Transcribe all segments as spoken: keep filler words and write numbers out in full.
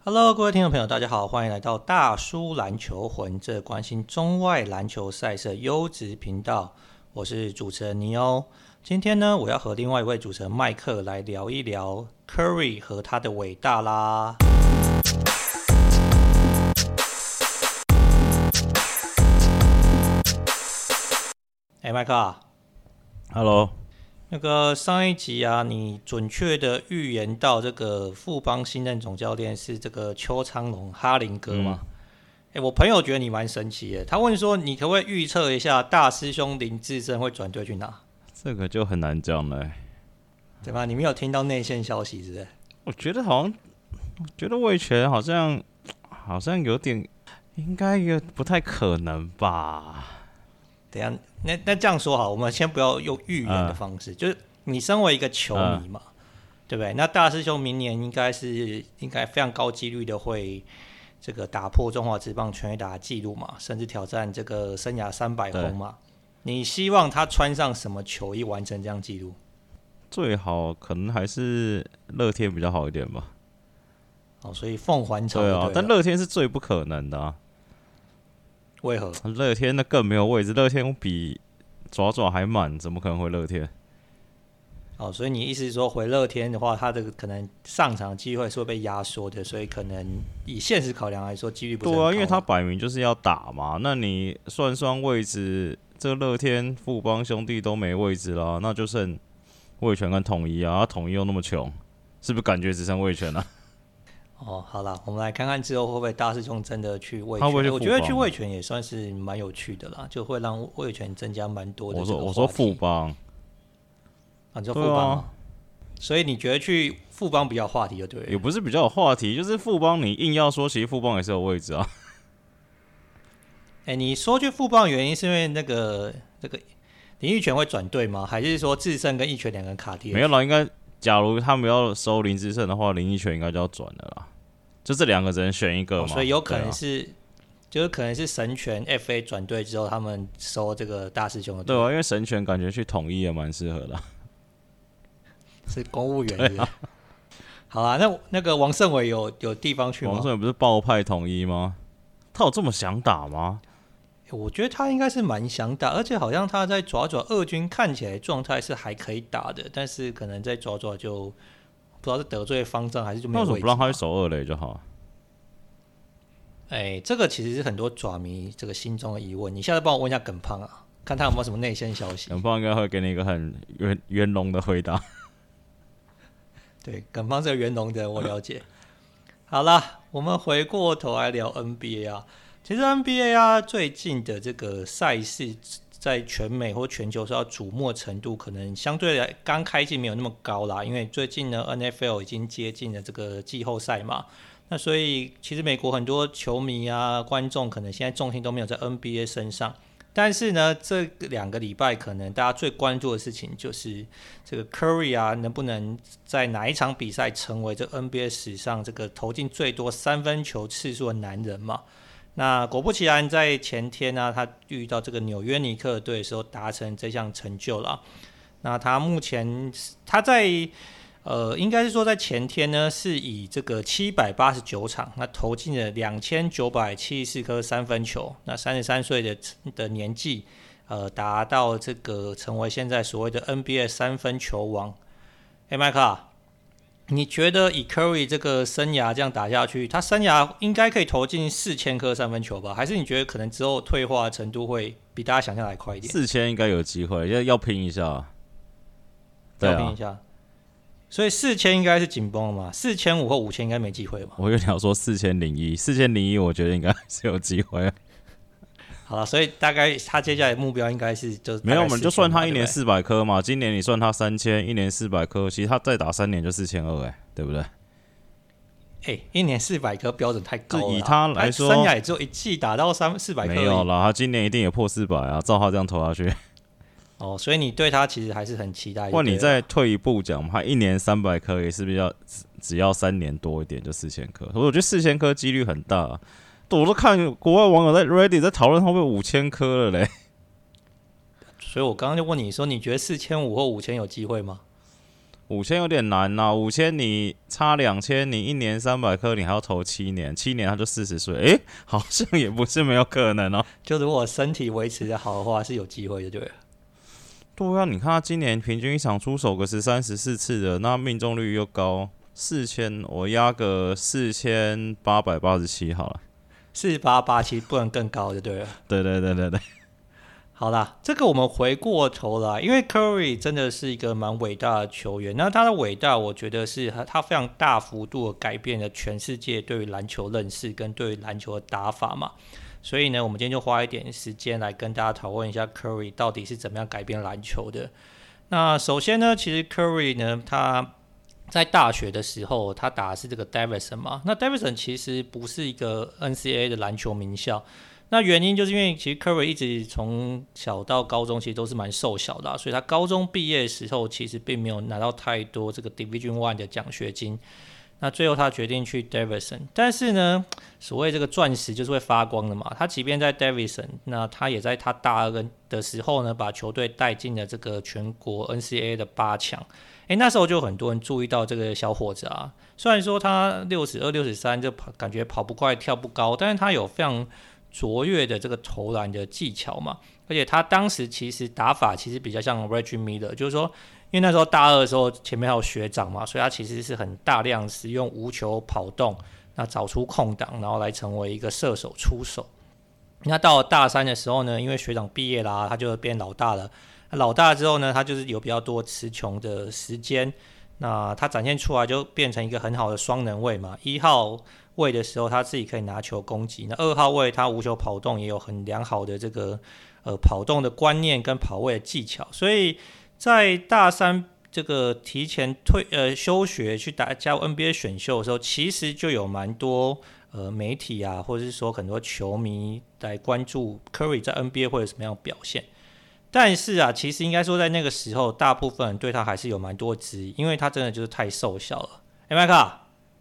Hello， 各位听众朋友，大家好，欢迎来到大叔篮球魂，这关心中外篮球赛事优质频道。我是主持人尼欧。今天呢，我要和另外一位主持人麦克来聊一聊 Curry 和他的伟大啦。哎，麦克啊 ，Hello。 那个上一集啊，你准确的预言到这个富邦新任总教练是这个邱昌龙哈林哥嘛？哎、嗯，我朋友觉得你蛮神奇的，他问说你可不可以预测一下大师兄林智胜会转队去哪？ 这个就很难讲了、欸， 对吧？你没有听到内线消息是不是？ 我觉得好像，我觉得味全好像好像有点，应该也不太可能吧。 等一下，那那这样说好，我们先不要用预言的方式，呃、就是你身为一个球迷嘛，呃、对不对？那大师兄明年应该是应该非常高几率的会这个打破中华职棒全垒打纪录嘛，甚至挑战这个生涯三百轰嘛。你希望他穿上什么球衣完成这样纪录？ 最好可能还是乐天比较好一点吧。 哦，所以凤凰巢对啊，但乐天是最不可能的啊。 为何？ 乐天那更没有位置，乐天比爪爪还满，怎么可能回乐天？ 哦，所以你意思是说回乐天的话，他的可能上场机会是会被压缩的，所以可能以现实考量来说，几率不是很高。 对啊，因为他摆明就是要打嘛。那你算算位置，这个乐天、富邦兄弟都没位置啦，那就剩味全跟统一啊。统一又那么穷，是不是感觉只剩味全啊？ 哦，好啦，我们来看看之后会不会大师兄真的去味全？ 他会去我觉得去味全也算是蛮有趣的啦，就会让味全增加蛮多的这个话题。 我说我说富邦啊，你说富邦、啊，所以你觉得去富邦比较有话题就对了？ 也不是比较有话题，就是富邦你硬要说，其实富邦也是有位置啊。 哎、欸，你说去富邦的原因是因为那个这个林益全会转队吗？还是说智胜跟益全两个人卡跌？ 没有啦，应该假如他们要收林智胜的话，林益全应该就要转了啦。就这两个人选一个嘛、哦， 所以有可能是，啊、就是可能是神权 F A 转队之后，他们收这个大师兄的队。 对啊，因为神权感觉去统一也蛮适合的、啊， 是公务员的。啊、好啦，那那个王胜伟有有地方去吗？ 王胜伟不是爆派统一吗？他有这么想打吗？ 我觉得他应该是蛮想打，而且好像他在爪爪二军看起来状态是还可以打的，但是可能在爪爪就。不知道是得罪方丈还是就没有位置。 那为什么不让他去守二垒就好？ 哎、欸，这个其实是很多爪迷这个心中的疑问。你下次帮我问一下耿胖啊，看他有没有什么内线消息。 耿胖应该会给你一个很圆圆融的回答。 对，耿胖是个圆融的，我了解。好啦，我们回过头来聊 N B A 啊。其实 N B A 啊，最近的这个赛事。在全美或全球受到瞩目程度，可能相对来刚开季没有那么高啦，因为最近呢 N F L 已经接近了这个季后赛嘛，那所以其实美国很多球迷啊、观众可能现在重心都没有在 N B A 身上，但是呢，这两个礼拜可能大家最关注的事情就是这个 Curry 啊，能不能在哪一场比赛成为这 N B A 史上这个投进最多三分球次数的男人嘛？那果不其然，在前天呢、啊，他遇到这个纽约尼克队的时候，达成这项成就了。那他目前他在呃，应该是说在前天呢，是以这个七百八十九场，那投进了两千九百七十四颗三分球。那三十三岁的的年纪，呃，达到这个成为现在所谓的 N B A 三分球王。哎，麦克啊。你觉得以 Curry 这个生涯这样打下去，他生涯应该可以投进四千颗三分球吧？还是你觉得可能之后退化的程度会比大家想象来快一点？ 四千应该有机会，要要拼一下。 要拼一下。啊、所以四千应该是紧绷了嘛？四千五或五千应该没机会嘛？ 我有点要说四千零一，四千零一，我觉得应该是有机会。 好了，所以大概他接下来的目标应该是就没有，我们就算他一年四百颗嘛，今年你算他三千，一年四百颗，其实他再打三年就四千二，哎，对不对？ 哎、欸，一年四百颗标准太高了， 以他来说， 生涯也只有一季打到三四百颗， 没有啦，他今年一定也破四百啊，照他这样投下去。 哦，所以你对他其实还是很期待。 或你再退一步讲，他一年三百颗，也是不是要只要三年多一点就四千颗？我觉得四千颗几率很大、啊。我都看国外网友在 Reddit 在讨论会不会五千颗了嘞， 所以我刚刚就问你说，你觉得四千五或五千有机会吗？ 五千有点难呐、啊，五千你差两千，你一年三百颗，你还要投七年，七年他就四十岁，诶，好像也不是没有可能哦。 就如果身体维持的好的话，是有机会的，对了。 对啊，你看他今年平均一场出手个十三十四次的，那命中率又高，四千我压个四千八百八十七好了， 四八八七不能更高就对了。 对对对对对。 好啦，这个我们回过头来，因为 Curry 真的是一个蛮伟大的球员，那他的伟大，我觉得是他非常大幅度的改变了全世界对于篮球认识跟对于篮球的打法嘛。所以呢，我们今天就花一点时间来跟大家讨论一下 Curry 到底是怎么样改变篮球的。那首先呢，其实 Curry 呢，他在大学的时候，他打的是这个 Davidson 嘛。那 Davidson 其实不是一个 N C A A 的篮球名校。那原因就是因为其实 Curry 一直从小到高中其实都是蛮瘦小的、啊，所以他高中毕业的时候其实并没有拿到太多这个 Division One 的奖学金。那最后他决定去 Davidson， 但是呢，所谓这个钻石就是会发光的嘛。他即便在 Davidson， 那他也在他大二的时候呢，把球队带进了这个全国 N C A A 的八强。诶，那时候就很多人注意到这个小伙子啊，虽然说他六十二、六十三，就感觉跑不快、跳不高，但是他有非常卓越的这个投篮的技巧嘛，而且他当时其实打法其实比较像 Reggie Miller， 就是说，因为那时候大二的时候前面还有学长嘛，所以他其实是很大量使用无球跑动，那找出空档，然后来成为一个射手出手。那到了大三的时候呢，因为学长毕业啦，他就变老大了。老大之后呢，他就是有比较多词穷的时间，那他展现出来就变成一个很好的双能位嘛。一号位的时候，他自己可以拿球攻击；那二号位他无球跑动也有很良好的这个呃跑动的观念跟跑位的技巧。所以在大三这个提前退呃休学去打加入 N B A 选秀的时候，其实就有蛮多呃媒体啊，或者是说很多球迷来关注 Curry 在 N B A 会有什么样的表现。但是啊，其实应该说在那个时候，大部分人对他还是有蛮多质疑，因为他真的就是太瘦小了。哎，麦克，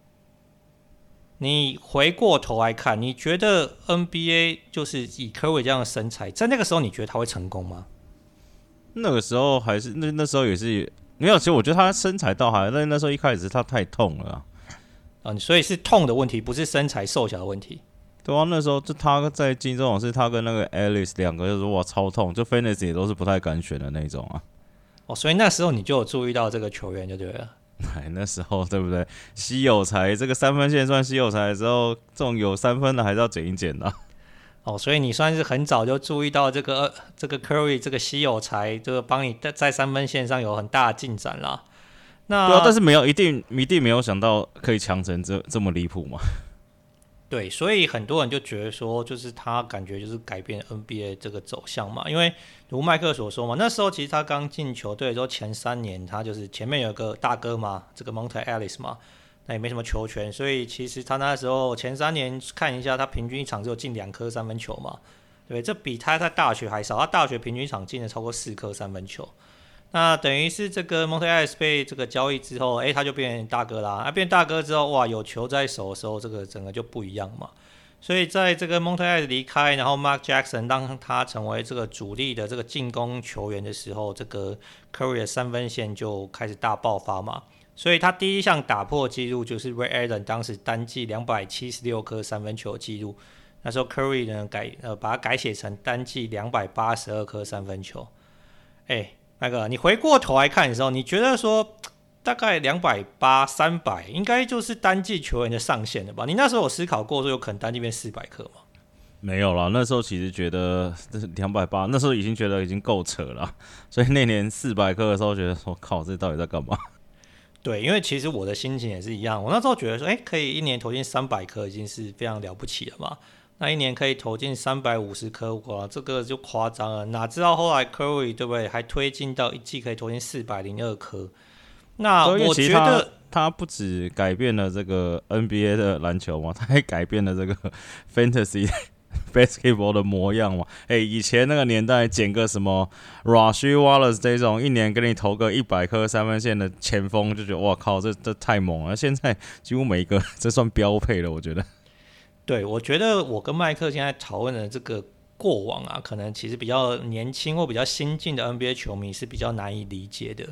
你回过头来看，你觉得 N B A 就是以科瑞这样的身材，在那个时候你觉得他会成功吗？ 那个时候还是那那时候也是没有，其实我觉得他身材倒还，但那时候一开始他太痛了、啊嗯，所以是痛的问题，不是身材瘦小的问题。 对啊，那时候就他在金州勇士，他跟那个 Alice 两个就是哇超痛，就 Fantasy 也都是不太敢选的那种啊。 哦，所以那时候你就有注意到这个球员就对了。 哎，那时候对不对？稀有才这个三分线算稀有才的时候，这种有三分的还是要捡一捡的、啊。 哦，所以你算是很早就注意到这个、呃、这个 Curry 这个稀有才，这个帮你在三分线上有很大的进展啦。那对啊，但是没有一定一定没有想到可以强成这这么离谱嘛。 对，所以很多人就觉得说，就是他感觉就是改变 N B A 这个走向嘛。因为如麦克所说嘛，那时候其实他刚进球队的时候，前三年他就是前面有个大哥嘛，这个 Monte Ellis 嘛，那也没什么球权，所以其实他那时候前三年看一下，他平均一场只有进两颗三分球嘛，对，这比他在大学还少。他大学平均一场进了超过四颗三分球。那等于是这个 Monte Ellis 被这个交易之后，哎，他就变成大哥啦。啊，变大哥之后，哇，有球在手的时候，这个整个就不一样嘛。所以在这个 Monte Ellis 离开，然后 Mark Jackson 让他成为这个主力的这个进攻球员的时候，这个 Curry 的三分线就开始大爆发嘛。所以他第一项打破纪录就是 Ray Allen 当时单季两百七十六颗三分球的纪录。那时候 Curry 呢改呃把它改写成单季两百八十二颗三分球。哎。那个，你回过头来看的时候，你觉得说大概两百八、三百，应该就是单季球员的上限了吧？你那时候有思考过说有可能单季变四百颗吗？ 没有啦，那时候其实觉得这两百八，那时候已经觉得已经够扯了，所以那年四百颗的时候，觉得说靠，这到底在干嘛？ 对，因为其实我的心情也是一样，我那时候觉得说，哎，可以一年投进三百颗已经是非常了不起了嘛。那一年可以投进三百五十颗，哇，这个就夸张了。哪知道后来 Curry 对不对，还推进到一季可以投进四百零二颗。那我觉得他, 他不止改变了这个 N B A 的篮球嘛，他还改变了这个 Fantasy Basketball 的模样嘛。哎、欸，以前那个年代捡个什么 Rasheed Wallace 这种一年给你投个一百颗三分线的前锋，就觉得哇靠，这这太猛了。现在几乎每一个这算标配了，我觉得。 对，我觉得我跟麦克现在讨论的这个过往啊，可能其实比较年轻或比较新进的 N B A 球迷是比较难以理解的。我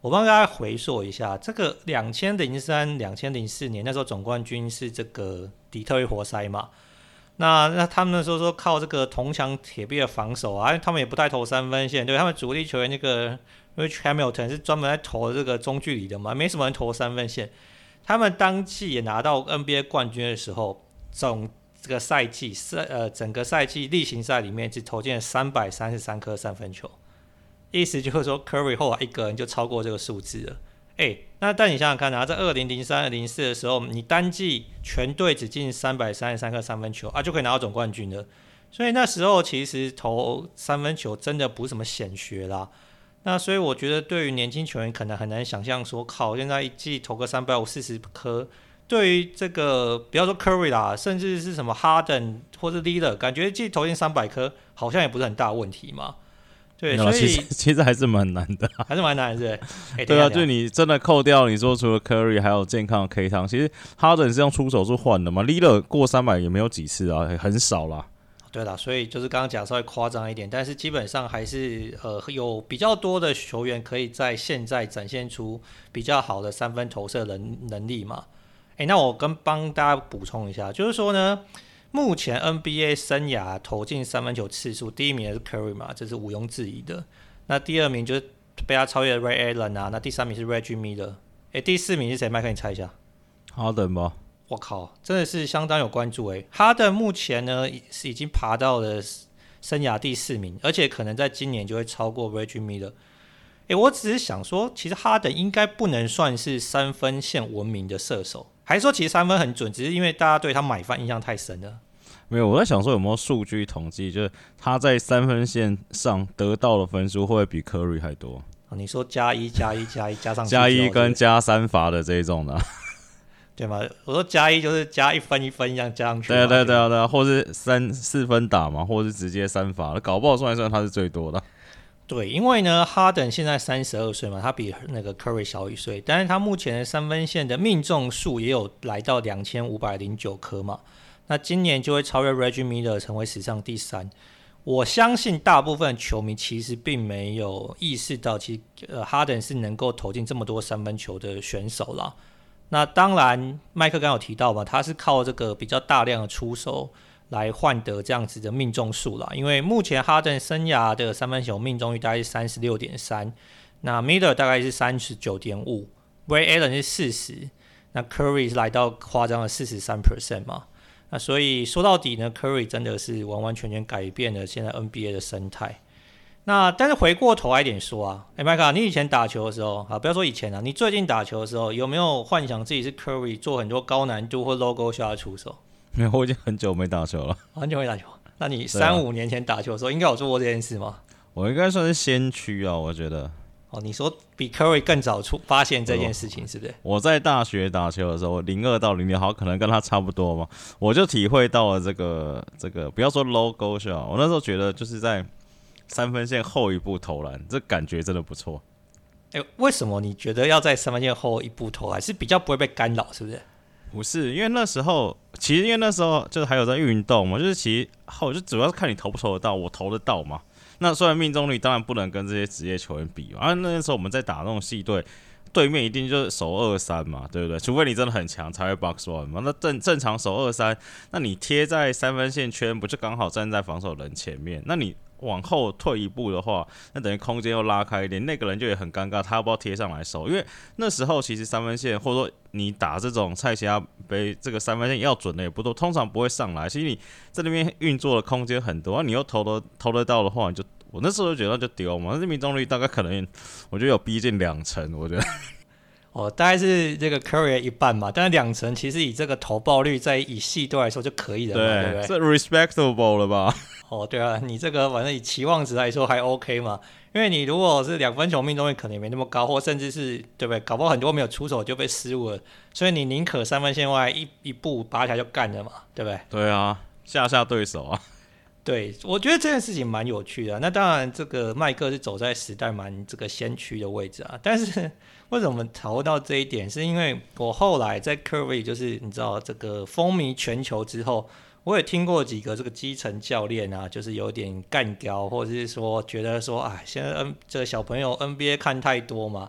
我帮大家回溯一下，这个两千零三、两千零四年那时候总冠军是这个底特律活塞嘛。那那他们那时候说靠这个铜墙铁壁的防守啊，他们也不太投三分线，对他们主力球员那个 Rich Hamilton 是专门在投这个中距离的嘛，没什么人投三分线。他们当季也拿到 N B A 冠军的时候，总这个赛季赛呃整个赛季例行赛里面只投进了三百三十三颗三分球，意思就是说 Curry 后来一个人就超过这个数字了。哎，那但你想想看啊，在二零零三、零四的时候，你单季全队只进三百三十三颗三分球啊，就可以拿到总冠军了。所以那时候其实投三分球真的不是什么显学啦。那所以我觉得对于年轻球员可能很难想象说，靠，现在一季投个三百五四十颗，对于这个不要说 Curry 啦，甚至是什么 Harden 或是 Lillard， 感觉一季投进三百颗好像也不是很大的问题嘛。对，所以其实其实还是蛮难的、啊， 还是蛮难的，是不是？欸、 对啊，就你真的扣掉你说除了 Curry 还有健康的 K 汤，其实 Harden 是用出手数换的嘛 ，Lillard 过三百也没有几次啊，很少啦。 对啦，所以就是刚刚讲稍微夸张一点，但是基本上还是呃有比较多的球员可以在现在展现出比较好的三分投射能能力嘛。哎，那我跟帮大家补充一下，就是说呢。目前 N B A 生涯投进三分球次数，第一名的是 Curry 嘛，这是毋庸置疑的。那第二名就是被他超越的 Ray Allen 啊，那第三名是 Reggie Miller。哎，第四名是谁？麦克，你猜一下。 哈登吧。 我靠，真的是相当有关注哎。哈登目前呢是已经爬到了生涯第四名，而且可能在今年就会超过 Reggie Miller。哎，我只是想说，其实哈登应该不能算是三分线闻名的射手，还是说其实三分很准，只是因为大家对他买饭印象太深了。 没有，我在想说有没有数据统计，就是他在三分线上得到的分数会不会比 Curry 还多？ 哦、你说加一加一加一加上加一跟加三罚的这一种的、啊， 对吗？我说加一就是加一分一分一样加上去。 对对对对对，或是三四分打嘛，或是直接三罚，搞不好算一算他是最多的。 对，因为呢，哈登现在三十二岁嘛，他比那个 Curry 小一岁，但是他目前的三分线的命中数也有来到两千五百零九颗嘛。那今年就会超越 Reggie Miller 成为史上第三。我相信大部分球迷其实并没有意识到，其实呃哈登是能够投进这么多三分球的选手啦。那当然，麦克刚有提到嘛，他是靠这个比较大量的出手来换得这样子的命中数啦。因为目前哈登生涯的三分球命中率大概是 三十六点三， 那 Miller 大概是 三十九点五， Ray Allen 是四十，那 Curry 是来到夸张的 百分之四十三 嘛。那所以说到底呢 ，Curry 真的是完完全全改变了现在 N B A 的生态。那但是回过头来一点说啊，哎，麦克，你以前打球的时候，啊，不要说以前啊，你最近打球的时候，有没有幻想自己是 Curry 做很多高难度或 logo shot 的出手？ 没有，我已经很久没打球了。 很久没打球？那你三五年前打球的时候，应该有做过这件事吗？ 我应该算是先驱啊，我觉得。 哦，你说比 Curry 更早出发现这件事情，是不是？ 我在大学打球的时候，零二到零六，好可能跟他差不多嘛，我就体会到了这个这个，不要说 logo shot， 我那时候觉得就是在三分线后一步投篮，这感觉真的不错。 哎，为什么你觉得要在三分线后一步投篮是比较不会被干扰，是不是？ 不是，因为那时候其实因为那时候就是还有在运动嘛，就是其实后就主要是看你投不投得到，我投得到嘛。那虽然命中率当然不能跟这些职业球员比嘛，啊，那时候我们在打那种系队，对面一定就是守二三嘛，对不对？除非你真的很强才会 box one 嘛。那正正常守二三，那你贴在三分线圈，不就刚好站在防守人前面？那你往后退一步的话，那等于空间又拉开一点，那个人就也很尴尬，他要不要贴上来守？因为那时候其实三分线或者说你打这种蔡奇亚杯这个三分线要准的也不多，通常不会上来。其实你在那边运作的空间很多，你又投得投得到的话，你就我那时候就觉得就丢嘛，那命中率大概可能我觉得有逼近两成，我觉得。 哦，大概是这个 Curry 的一半嘛，但是两成其实以这个投爆率，在以系队来说就可以了嘛， 对, 对不对？ 这 respectable 了吧？ 哦，对啊，你这个反正以期望值来说还 OK 嘛，因为你如果是两分球命中率可能也没那么高，或甚至是对不对？搞不好很多没有出手就被失误了，所以你宁可三分线外一一步拔起来就干了嘛，对不对？ 对啊，吓吓对手啊。 对，我觉得这件事情蛮有趣的。那当然，这个麦克是走在时代蛮这个先驱的位置啊。但是为什么我们讨论到这一点，是因为我后来在 Curry 就是你知道这个风靡全球之后，我也听过几个这个基层教练啊，就是有点干掉，或者是说觉得说，哎，现在 N 这个小朋友 N B A 看太多嘛，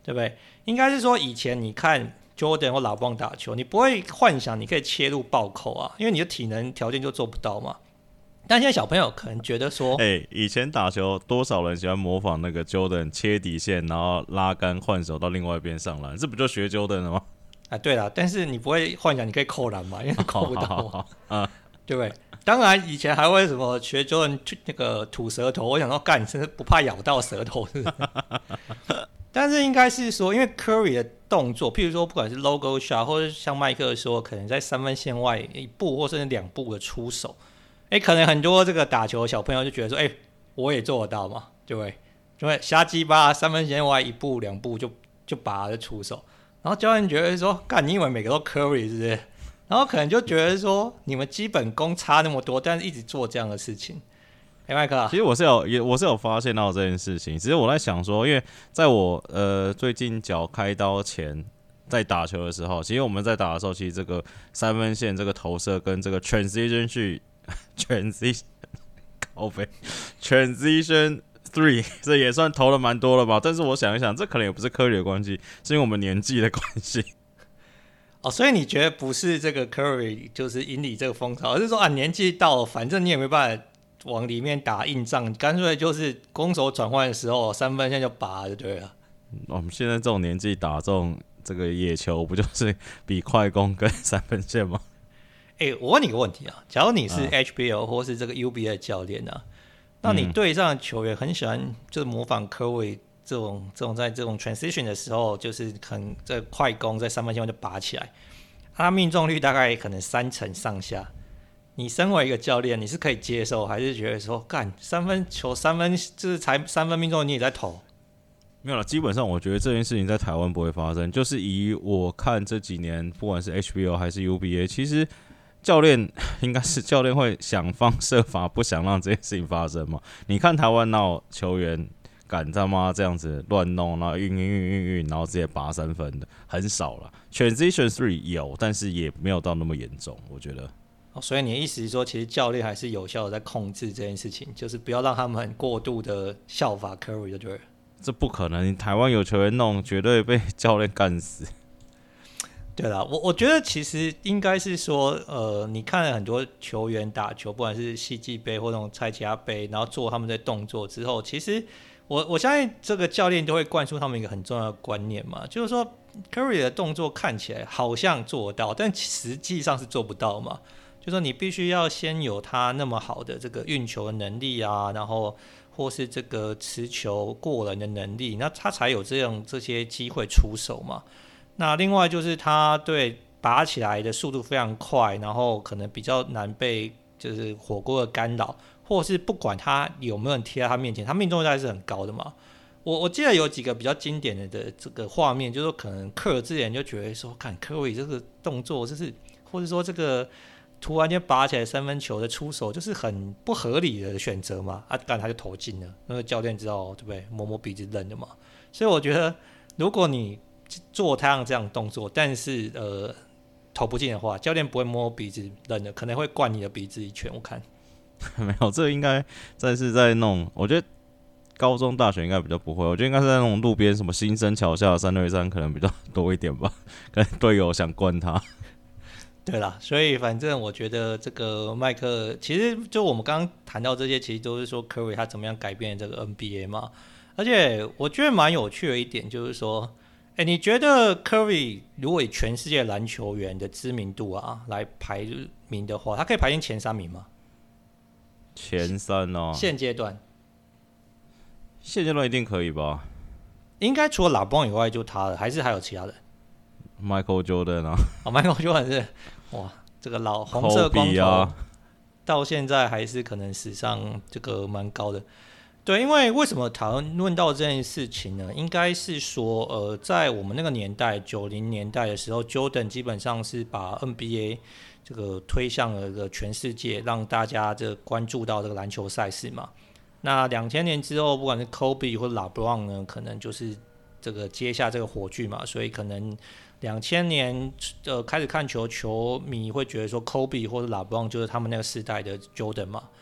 对不对？应该是说以前你看 Jordan 或老布朗打球，你不会幻想你可以切入暴扣啊，因为你的体能条件就做不到嘛。但现在小朋友可能觉得说， 哎、欸，以前打球多少人喜欢模仿那个 Jordan 切底线，然后拉杆换手到另外一边上篮，这不就学 Jordan 了吗？ 啊，对了，但是你不会幻想你可以扣篮嘛，因为扣不到嘛， 好好好啊， 对不对？当然以前还会什么学 Jordan 那个吐舌头，我想说干，真是不怕咬到舌头是不是？但是应该是说，因为 Curry 的动作，譬如说不管是 logo shot， 或者像麦克说，可能在三分线外一步或甚至两步的出手，哎，可能很多这个打球的小朋友就觉得说，哎，我也做得到嘛，对不对？就会瞎鸡巴三分线外一步两步就就拔就出手，然后教练觉得说，干，你以为每个都 Curry 是不是？然后可能就觉得说，你们基本功差那么多，但是一直做这样的事情。哎、欸，麦克、啊， 其实我是有也我是有发现到这件事情，只是我在想说，因为在我呃最近脚开刀前，在打球的时候，其实我们在打的时候，其实这个三分线这个投射跟这个 transition 去 transition 靠背 transition three 这也算投了蛮多了吧？但是我想一想，这可能也不是科学的关系，是因为我们年纪的关系。 哦，所以你觉得不是这个 Curry 就是引领这个风潮，而是说啊年纪到了，反正你也没办法往里面打硬仗，干脆就是攻守转换的时候三分线就拔就对了。 我们现在这种年纪打这种这个野球，不就是比快攻跟三分线吗？ 哎、欸，我问你个问题啊，假如你是 H B L 或是这个 U B A 的教练啊，那你队上的球员很喜欢就是模仿科维这种这种在这种 transition 的时候，就是可能在快攻在三分线就拔起来，他命中率大概可能三成上下。你身为一个教练，你是可以接受，还是觉得说干三分球三分就是才三分命中你也在投？ 没有了，基本上我觉得这件事情在台湾不会发生。就是以我看这几年，不管是 H B L 还是 U B A， 其实教练应该是教练会想方设法不想让这件事情发生嘛。你看台湾哪有球员敢他妈这样子乱弄，然后运运运运运，然后直接拔三分的很少了。Transition three 有，但是也没有到那么严重，我觉得。 哦，所以你的意思是说，其实教练还是有效的在控制这件事情，就是不要让他们过度的效法 Curry 就对了。 这不可能，台湾有球员弄，绝对被教练干死。 对啦，我我觉得其实应该是说，呃，你看了很多球员打球，不管是世纪杯或那种蔡奇亚杯，然后做他们的动作之后，其实我我相信这个教练都会灌输他们一个很重要的观念嘛，就是说 Curry 的动作看起来好像做得到，但实际上是做不到嘛。就是说你必须要先有他那么好的这个运球的能力啊，然后或是这个持球过人的能力，那他才有这样这些机会出手嘛。那另外就是他对拔起来的速度非常快，然后可能比较难被就是火锅的干扰，或是不管他有没有人贴在他面前，他命中率还是很高的嘛。我我记得有几个比较经典的的这个画面，就是说可能科尔之前就觉得说，看科维这个动作就是，或者说这个突然间拔起来三分球的出手，就是很不合理的选择嘛。啊，干他就投进了，那个教练知道对不对？摸摸鼻子认的嘛。所以我觉得，如果你做他这样的动作，但是呃投不进的话，教练不会摸鼻子认的，可能会灌你的鼻子一拳。我看没有，这个应该再是在弄，我觉得高中、大学应该比较不会，我觉得应该是在那种路边什么新生桥下的三对三可能比较多一点吧，可能队友想灌他。 对啦，所以反正我觉得这个麦克，其实就我们刚刚谈到这些，其实都是说 Curry 他怎么样改变这个 N B A 嘛。而且我觉得蛮有趣的一点就是说，哎，你觉得 Curry 如果以全世界篮球员的知名度啊来排名的话，他可以排进前三名吗？ 前三哦， 现阶段， 现阶段一定可以吧？ 应该除了拉邦以外就他了，还是还有其他人 ？Michael Jordan 啊， 哦 ，Michael Jordan 是哇，这个老红色光头，啊、到现在还是可能史上这个蛮高的。对，因为为什么讨论到这件事情呢？应该是说，呃，在我们那个年代，九零年代的时候 ，Jordan 基本上是把 N B A 这个推向了个全世界，让大家这关注到这个篮球赛事嘛。那两千年之后，不管是 Kobe 或者 LeBron 呢，可能就是这个接下这个火炬嘛，所以可能两千年呃开始看球，球迷会觉得说 Kobe 或者 LeBron 就是他们那个时代的 Jordan 嘛。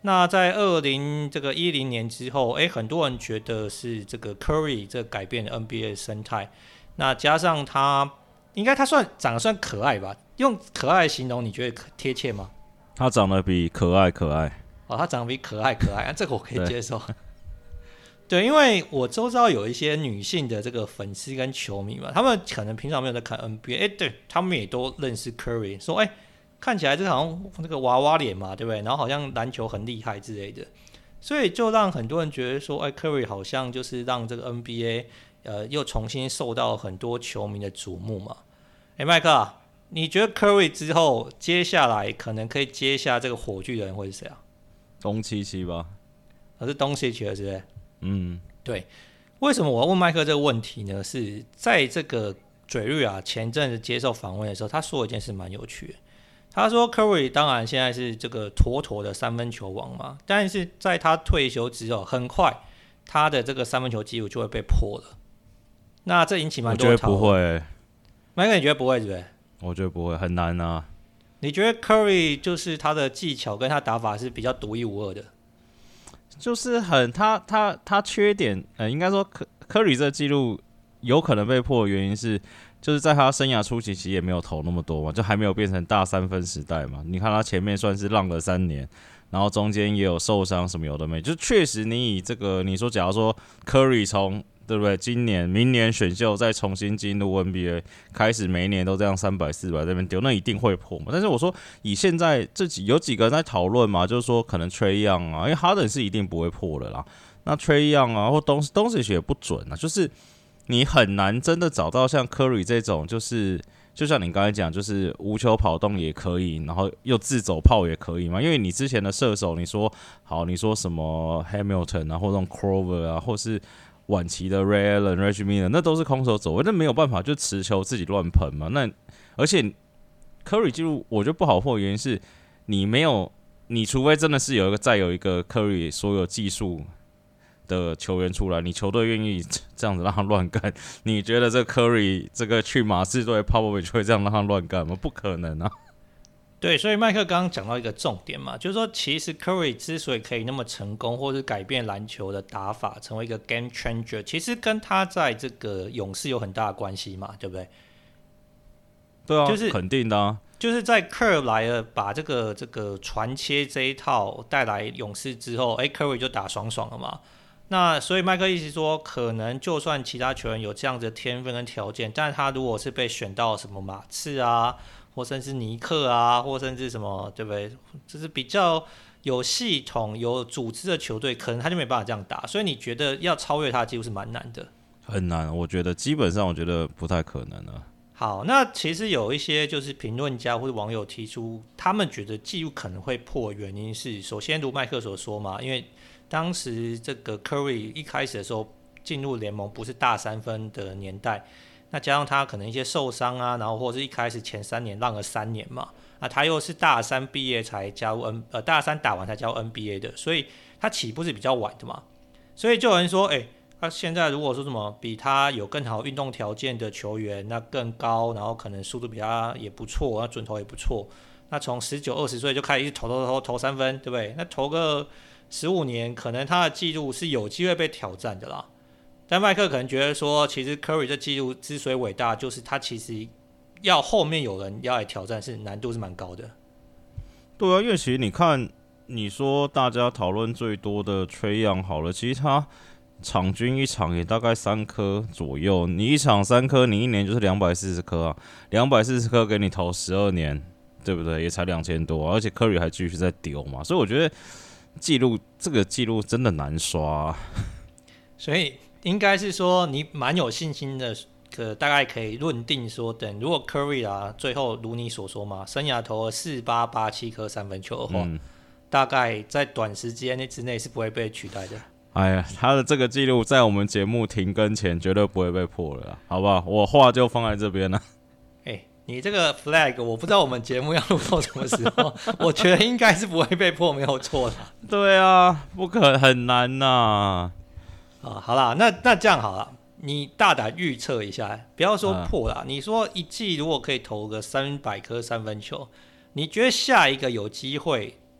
那在二零这个一零年之后，哎，很多人觉得是这个 Curry 这改变了 N B A 的生态。那加上他，应该他算长得算可爱吧？用可爱形容，你觉得贴切吗？ 他长得比可爱可爱。 哦，他长得比可爱可爱，啊、这个我可以接受。对，因为我周遭有一些女性的这个粉丝跟球迷嘛，他们可能平常没有在看 N B A， 哎，对他们也都认识 Curry， 说哎，看起来这好像那个娃娃脸嘛，对不对？然后好像篮球很厉害之类的，所以就让很多人觉得说，哎 ，Curry 好像就是让这个 N B A 呃又重新受到很多球迷的瞩目嘛。哎，麦克啊，你觉得 Curry 之后接下来可能可以接下这个火炬的人会是谁啊？ 东契奇吧？ 而是东契奇了，是不是？ 嗯， 对，为什么我要问麦克这个问题呢？是在这个嘴瑞啊前阵子接受访问的时候，他说了一件事蛮有趣的。他说 Curry 当然现在是这个妥妥的三分球王嘛，但是在他退休之后，很快他的这个三分球纪录就会被破了。那这引起蛮多的讨论。 我觉得不会、欸， 麦克你觉得不会是不是？ 我觉得不会，很难啊。 你觉得 Curry 就是他的技巧跟他打法是比较独一无二的？ 就是很他他他缺点，呃，应该说科科里这个记录有可能被破的原因是，就是在他生涯初期其实也没有投那么多嘛，就还没有变成大三分时代嘛。你看他前面算是浪了三年，然后中间也有受伤什么有的没，就确实你以这个你说，假如说科里从对不对？今年、明年选秀再重新进入 N B A， 开始每一年都这样三百、四百这边丢，那一定会破嘛。但是我说，以现在这几有几个人在讨论嘛，就是说可能 Trae Young 啊，因为哈登是一定不会破的啦。那 Trae Young 啊，或东东西也不准啊，就是你很难真的找到像 Curry 这种，就是就像你刚才讲，就是无球跑动也可以，然后又自走炮也可以嘛。因为你之前的射手，你说好，你说什么 Hamilton 啊，或这种 Crover 啊，或是晚期的 Ray Allen、Reggie Miller， 那都是空手走位，那没有办法就持球自己乱喷嘛。那而且 Curry 记录我觉得不好破的原因是，你没有，你除非真的是有一个再有一个 Curry 所有技术的球员出来，你球队愿意这样子让他乱干，你觉得这 Curry 这个去马刺队 Popovich 会这样让他乱干吗？不可能啊！ 对，所以麦克刚刚讲到一个重点嘛，就是说，其实 Curry 之所以可以那么成功，或是改变篮球的打法，成为一个 game changer， 其实跟他在这个勇士有很大的关系嘛，对不对？ 对啊， 就是肯定的啊。 就是在 Curry 来了，把这个这个传切这一套带来勇士之后，哎 ，Curry 就打爽爽了嘛。那所以麦克意思说，可能就算其他球员有这样子的天分跟条件，但是他如果是被选到什么马刺啊，或甚至尼克啊，或甚至什么，对不对？就是比较有系统、有组织的球队，可能他就没办法这样打。所以你觉得要超越他，几乎是蛮难的。 很难，我觉得基本上我觉得不太可能了。 好，那其实有一些就是评论家或者网友提出，他们觉得纪录可能会破，原因是首先如麦克所说嘛，因为当时这个 Curry 一开始的时候进入联盟不是大三分的年代，那加上他可能一些受伤啊，然后或者是一开始前三年浪了三年嘛，那他又是大三毕业才加入 N 呃大三打完才加入 N B A 的，所以他起步是比较晚的嘛，所以就有人说，哎、欸。他现在如果说什么比他有更好运动条件的球员，那更高，然后可能速度比他也不错，那准头也不错，那从十九二十岁就开始一直投投投投三分，对不对？那投个十五年，可能他的记录是有机会被挑战的啦。但麦克可能觉得说，其实 Curry 这记录之所以伟大，就是他其实要后面有人要来挑战，是难度是蛮高的。 对啊，因为其实你看，你说大家讨论最多的Trae Young好了，其实他场均一场也大概三颗左右，你一场三颗，你一年就是两百四十颗啊，两百四十颗给你投十二年，对不对？也才两千多、啊，而且 Curry 还继续在丢嘛，所以我觉得记录这个记录真的难刷、啊， 所以应该是说你蛮有信心的，可大概可以论定说，等如果 Curry 啊最后如你所说嘛，生涯投了四八八七颗三分球的话、嗯，大概在短时间之内是不会被取代的。 哎呀，他的这个记录在我们节目停更前绝对不会被破了啦，好不好？我话就放在这边了。 哎、欸，你这个 flag 我不知道我们节目要录到什么时候，我觉得应该是不会被破，没有错的。 对啊，不可很难呐、 啊。啊，好啦，那那这样好了，你大胆预测一下，不要说破啦、啊，你说一季如果可以投个三百颗三分球，你觉得下一个有机会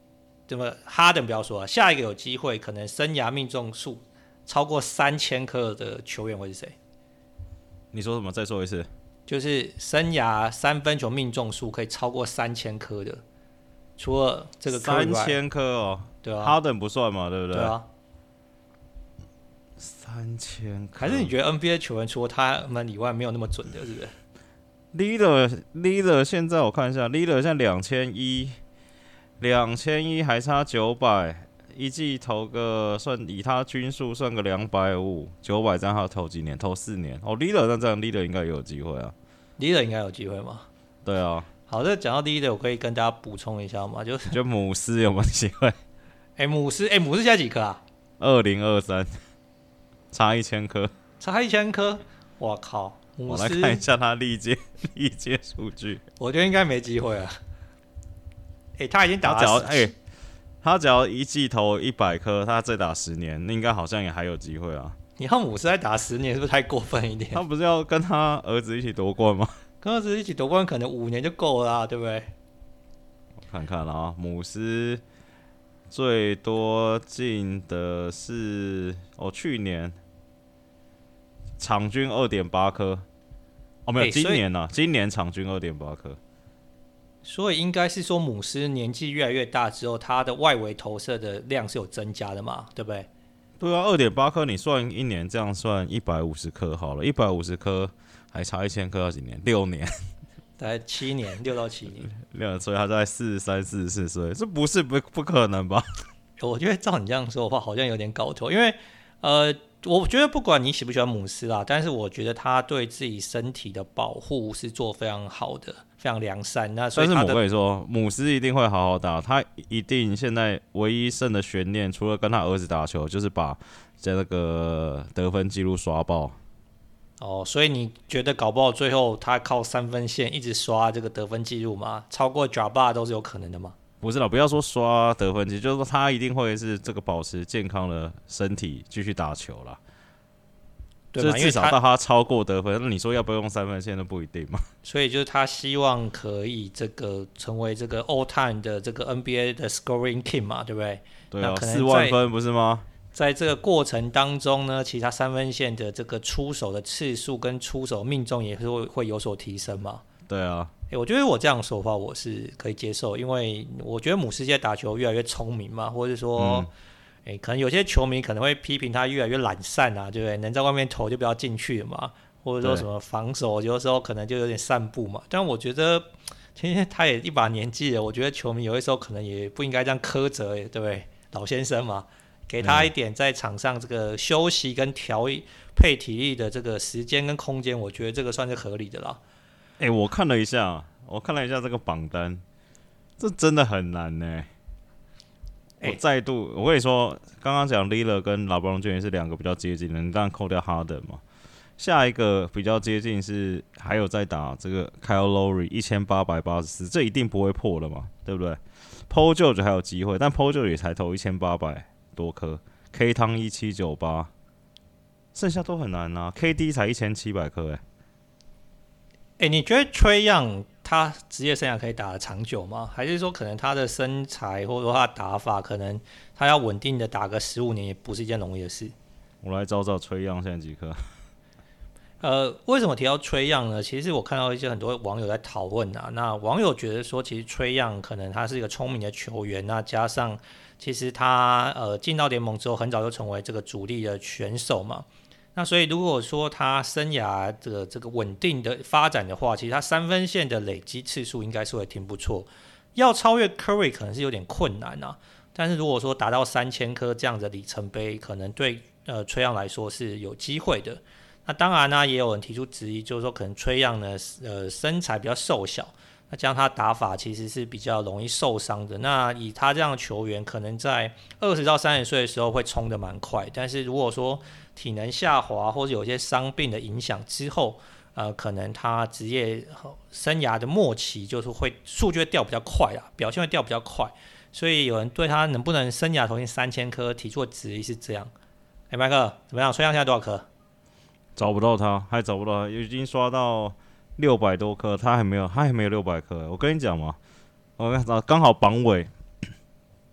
对吧？哈登不要说了，下一个有机会可能生涯命中数超过三千颗的球员会是谁？ 你说什么？再说一次。 就是生涯三分球命中数可以超过三千颗的，除了这个三千颗哦， 对啊， 哈登不算嘛，对不对？ 对啊， 三千颗。 还是你觉得 N B A 球员除了他们以外没有那么准的，是不是 ？Leader Leader 现在我看一下 ，Leader 现在两千一，两千一还差九百，一季投个算以他均数算个两百五，九百这样他投几年？投四年。哦 ，Leader 那这样 Leader 应该也有机会啊。 ？Leader 应该有机会吗？ 对啊。 好，这讲到 Leader， 我可以跟大家补充一下嘛，就是就姆斯有没有机会？ 哎、欸，姆斯，哎、欸，姆斯现在几颗啊？ 二零二三，差一千颗， 差一千颗，我靠！ 我来看一下他历届历届数据， 我觉得应该没机会啊。哎、欸，他已经打只要哎，他只要一季投一百颗，他再打十年，应该好像也还有机会啊。 你让姆斯再打十年，是不是太过分一点？ 他不是要跟他儿子一起夺冠吗？ 跟儿子一起夺冠，可能五年就够了、啊，对不对？ 我看看啊，姆斯最多进的是哦，去年场均二点八颗，哦没有，欸、今年呢、啊，今年场均二点八颗。 所以应该是说，姆斯年纪越来越大之后，他的外围投射的量是有增加的嘛，对不对？ 对啊，二点八颗，你算一年这样算一百五十颗好了，一百五十颗还差一千颗要几年？六年， 大概七年，六到七年。 六，所以他在四十三、四十四岁，这不是不不可能吧？ 我觉得照你这样说的话，好像有点搞头，因为呃，我觉得不管你喜不喜欢姆斯啦，但是我觉得他对自己身体的保护是做非常好的。非常良善，那所以但是我跟你说，姆斯一定会好好打，他一定现在唯一剩的悬念，除了跟他儿子打球，就是把在那个得分记录刷爆。 哦，所以你觉得搞不好最后他靠三分线一直刷这个得分记录吗？超过 Jabba 都是有可能的吗？ 不是啦，不要说刷得分记录，就是说他一定会是这个保持健康的身体继续打球啦。 对就是至少到他超过得分，那你说要不要用三分线都不一定嘛。 所以就是他希望可以这个成为这个 all time 的这个 N B A 的 scoring king 嘛，对不对？ 对啊，四万分不是吗？ 在这个过程当中呢，其他三分线的这个出手的次数跟出手命中也是会会有所提升嘛。 对啊， 欸、我觉得我这样说的话，我是可以接受，因为我觉得姆斯现在打球越来越聪明嘛，或者说。嗯欸、可能有些球迷可能会批评他越来越懒散啊，对不对？能在外面投就不要进去了嘛，或者说什么防守，有的时候可能就有点散步嘛。但我觉得，其实他也一把年纪了，我觉得球迷有的时候可能也不应该这样苛责，对不对？老先生嘛，给他一点在场上这个休息跟调配体力的这个时间跟空间，我觉得这个算是合理的啦。 哎、欸，我看了一下，我看了一下这个榜单，这真的很难呢、欸。我再度，我跟你说，刚刚讲 Lillard 跟拉布朗 James 是两个比较接近的，你当然扣掉哈登嘛。下一个比较接近是还有在打这个 Kyle Lowry 一千八百八十四，这一定不会破了嘛，对不对 ？Paul George 还有机会，但 Paul George 也才投一千八百多颗 ，K 汤一七九八，剩下都很难啊。K D 才一千七百颗，哎。 哎，你觉得Trae Young他职业生涯可以打得长久吗？还是说可能他的身材或者说他的打法，可能他要稳定的打个十五年也不是一件容易的事？ 我来找找Trae Young现在几颗。 呃，为什么提到Trae Young呢？其实我看到一些很多网友在讨论啊。那网友觉得说，其实Trae Young可能他是一个聪明的球员，那加上其实他呃进到联盟之后，很早就成为这个主力的选手嘛。那所以如果说他生涯的这个稳定的发展的话，其实他三分线的累积次数应该是会挺不错。要超越 Curry 可能是有点困难啊。但是如果说达到三千颗这样的里程碑，可能对呃Trae Young来说是有机会的。那当然呢、啊，也有人提出质疑，就是说可能Trae Young呢，呃，身材比较瘦小，那这样他打法其实是比较容易受伤的。那以他这样的球员，可能在二十到三十岁的时候会冲得蛮快，但是如果说体能下滑或者有些伤病的影响之后，呃，可能他职业生涯的末期就是会数据会掉比较快啊，表现会掉比较快，所以有人对他能不能生涯投进三千颗提出的质疑是这样。哎，麦克怎么样？Trae Young现在多少颗？ 找不到他，还找不到他，已经刷到六百多颗，他还没有，他还没有六百颗。我跟你讲嘛，我刚好榜尾，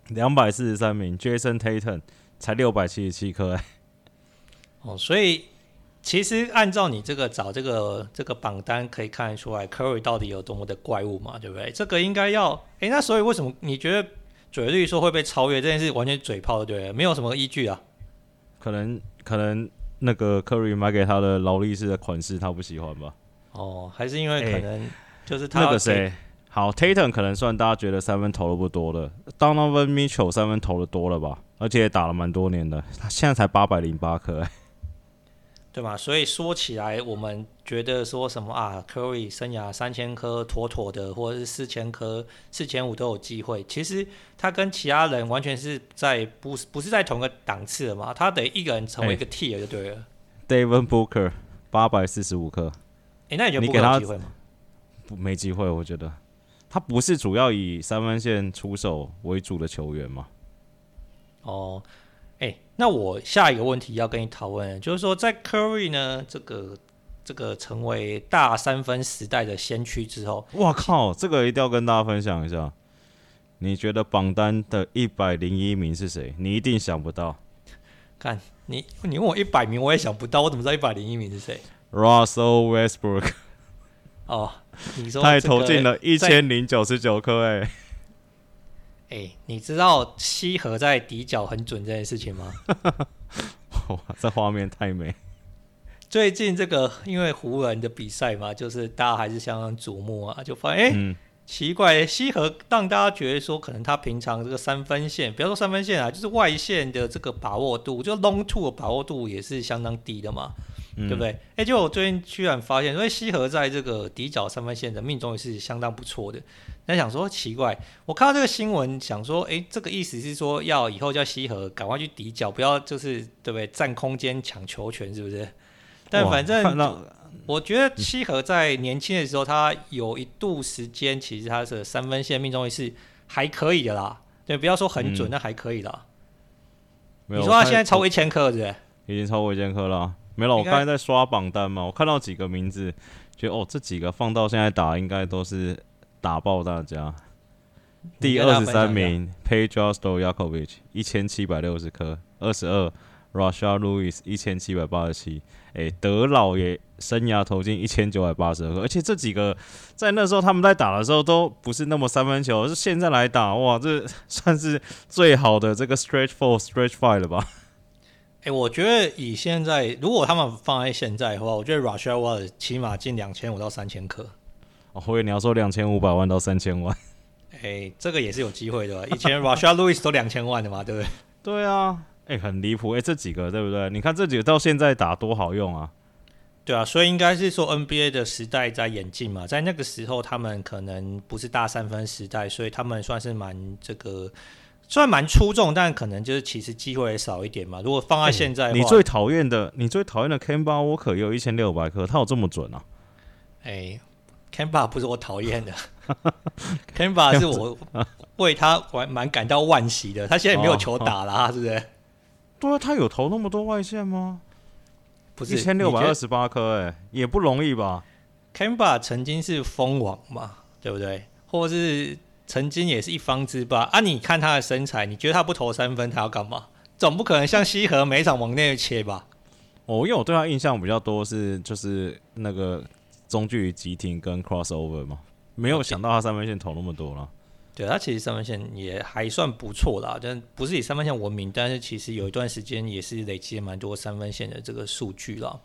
两百四十三名 ，Jason Tatum 才六百七十七颗哎。 哦，所以其实按照你这个找这个这个榜单可以看得出来 ，Curry 到底有多么的怪物嘛，对不对？这个应该要，哎，那所以为什么你觉得嘴绿说会被超越这件事完全嘴炮，对不对？没有什么依据啊。 可能可能那个 Curry 买给他的劳力士的款式他不喜欢吧？ 哦，还是因为可能就是他、 欸、那个谁，好 Tatum 可能算大家觉得三分投的不多的 ，Donovan Mitchell 三分投的多了吧？而且也打了蛮多年的，他现在才八百零八颗， 对吧？所以说起来，我们觉得说什么啊 ，Curry 生涯三千颗妥妥的，或者是四千颗、四千五都有机会。其实他跟其他人完全是在不不是在同个档次的嘛，他得一个人成为一个 tier 就对了。 欸、Devin Booker 八百四十五颗， 哎，那你觉得 Booker 有机会吗？ 没机会，我觉得他不是主要以三分线出手为主的球员嘛。 哦。哎，那我下一个问题要跟你讨论，就是说，在 Curry 呢这个这个成为大三分时代的先驱之后， 哇靠，这个一定要跟大家分享一下。你觉得榜单的一百零一名是谁？你一定想不到。 看你，你问我一百名，我也想不到，我怎么知道一百零一名是谁 ？Russell Westbrook。 哦，你说、这个、 他也投进了一千零九十九颗，哎。 哎、欸，你知道西河在底角很准这件事情吗？ 哇，这画面太美！ 最近这个因为湖人的比赛嘛，就是大家还是相当瞩目啊，就发现哎、欸嗯，奇怪，西河让大家觉得说，可能他平常这个三分线，不要说三分线啊，就是外线的这个把握度，就 long two 的把握度也是相当低的嘛。嗯、对不对？哎，就我最近居然发现，因为西河在这个底角三分线的命中率是相当不错的。那想说奇怪，我看到这个新闻，想说，哎，这个意思是说要以后叫西河赶快去底角，不要就是对不对？占空间抢球权，是不是？但反正我觉得西河在年轻的时候，他有一度时间，其实他的三分线命中率是还可以的啦。对，不要说很准，那、嗯、还可以啦。你说他现在超过一千颗，是不是？ 已经超过一千颗了。没了，我刚才在刷榜单嘛，我看到几个名字，觉得哦，这几个放到现在打应该都是打爆大家。第二十三名 Pedro Stojakovic 一千七百六十颗，二十二 Rashard Lewis 一千七百八十七，哎，德老也生涯投进一千九百八十颗，而且这几个在那时候他们在打的时候都不是那么三分球，是现在来打，哇，这算是最好的这个 stretch four、stretch five 了吧？ 欸、我觉得以现在，如果他们放在现在的话，我觉得 Rashard Lewis 起码进两千五到三千颗。 哦，我以为你要说两千五百万到三千万。 哎、欸，这个也是有机会的。以前 Rashard Lewis 都两千万的嘛，对不对？ 对啊，哎、欸，很离谱。哎、欸，这几个对不对？你看这几个到现在打多好用啊！ 对啊，所以应该是说 N B A 的时代在演进嘛，在那个时候他们可能不是大三分时代，所以他们算是蛮这个。虽然蛮出众，但可能就是其实机会也少一点嘛。如果放在现在的话、 欸，你最讨厌的，你最讨厌的 Kemba Walker 也有一千六百颗，他有这么准啊？ 哎、欸、，Kemba 不是我讨厌的，Kemba 是我为他蛮感到惋惜的。他现在也没有球打了、啊，是不是？ 对啊，他有投那么多外线吗？ 不是一千六百二十八颗，哎，也不容易吧 ？Kemba 曾经是锋王嘛，对不对？或是曾经也是一方之霸啊！你看他的身材，你觉得他不投三分，他要干嘛？总不可能像西河每场往内切吧？ 哦，因为我对他印象比较多是就是那个中距离急停跟 crossover 嘛，没有想到他三分线投那么多了。 对，他其实三分线也还算不错啦，但不是以三分线闻名，但是其实有一段时间也是累积了蛮多三分线的这个数据啦。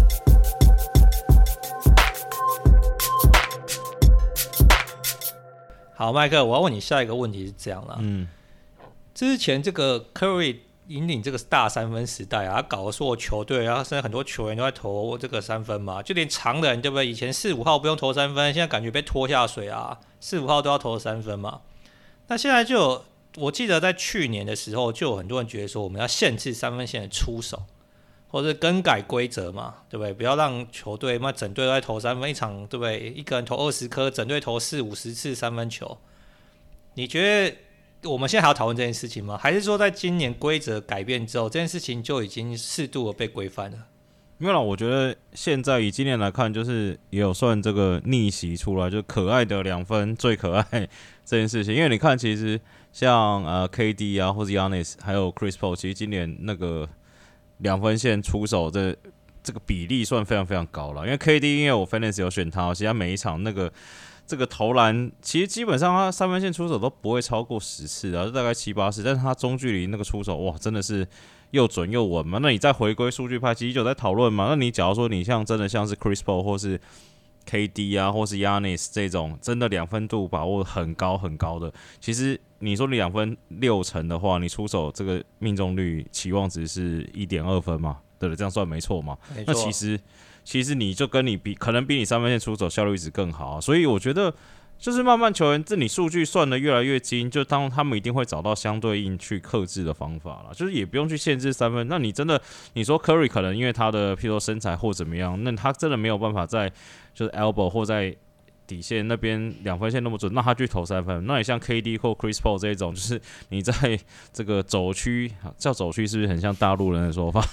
好，麦克，我要问你下一个问题是这样啦。嗯，之前这个 Curry 引领这个大三分时代啊，他搞得所有球队，然后甚至很多球员都在投这个三分嘛，就连常人对不对？以前四五号不用投三分，现在感觉被拖下水啊，四五号都要投三分嘛。那现在就有，我记得在去年的时候，就有很多人觉得说，我们要限制三分线的出手，或者更改规则嘛，对不对？不要让球队嘛整队都在投三分，一场对不对？一个人投二十颗，整队投四五十次三分球。你觉得我们现在还要讨论这件事情吗？还是说在今年规则改变之后，这件事情就已经适度的被规范了？ 没有啦，我觉得现在以今年来看，就是也有算这个逆袭出来，就可爱的两分最可爱这件事情。因为你看，其实像呃 K D 啊，或是 Giannis 还有 Chris Paul， 其实今年那个两分线出手的这个比例算非常非常高了。因为 K D 因为我 Fantasy 有选他，其实他每一场那个这个投篮，其实基本上他三分线出手都不会超过十次啊，就大概七八次，但是他中距离那个出手，哇，真的是又准又稳嘛。那你再回归数据派，其实就在讨论嘛。那你假如说你像真的像是 Chris Paul 或是 K D 啊，或是 Giannis 这种真的两分度把握很高很高的，其实你说你两分六成的话，你出手这个命中率期望值是 一点二 分嘛？对的，这样算没错嘛？那其实其实你就跟你比，可能比你三分线出手效率值更好、啊，所以我觉得。就是慢慢球员，这你数据算得越来越精，就当他们一定会找到相对应去克制的方法了。就是也不用去限制三分。那你真的，你说 Curry 可能因为他的譬如说身材或怎么样，那他真的没有办法在就是 elbow 或在底线那边两分线那么准，那他去投三分。那你像 K D 或 Chris Paul 这种，就是你在这个走区叫走区，是不是很像大陆人的说法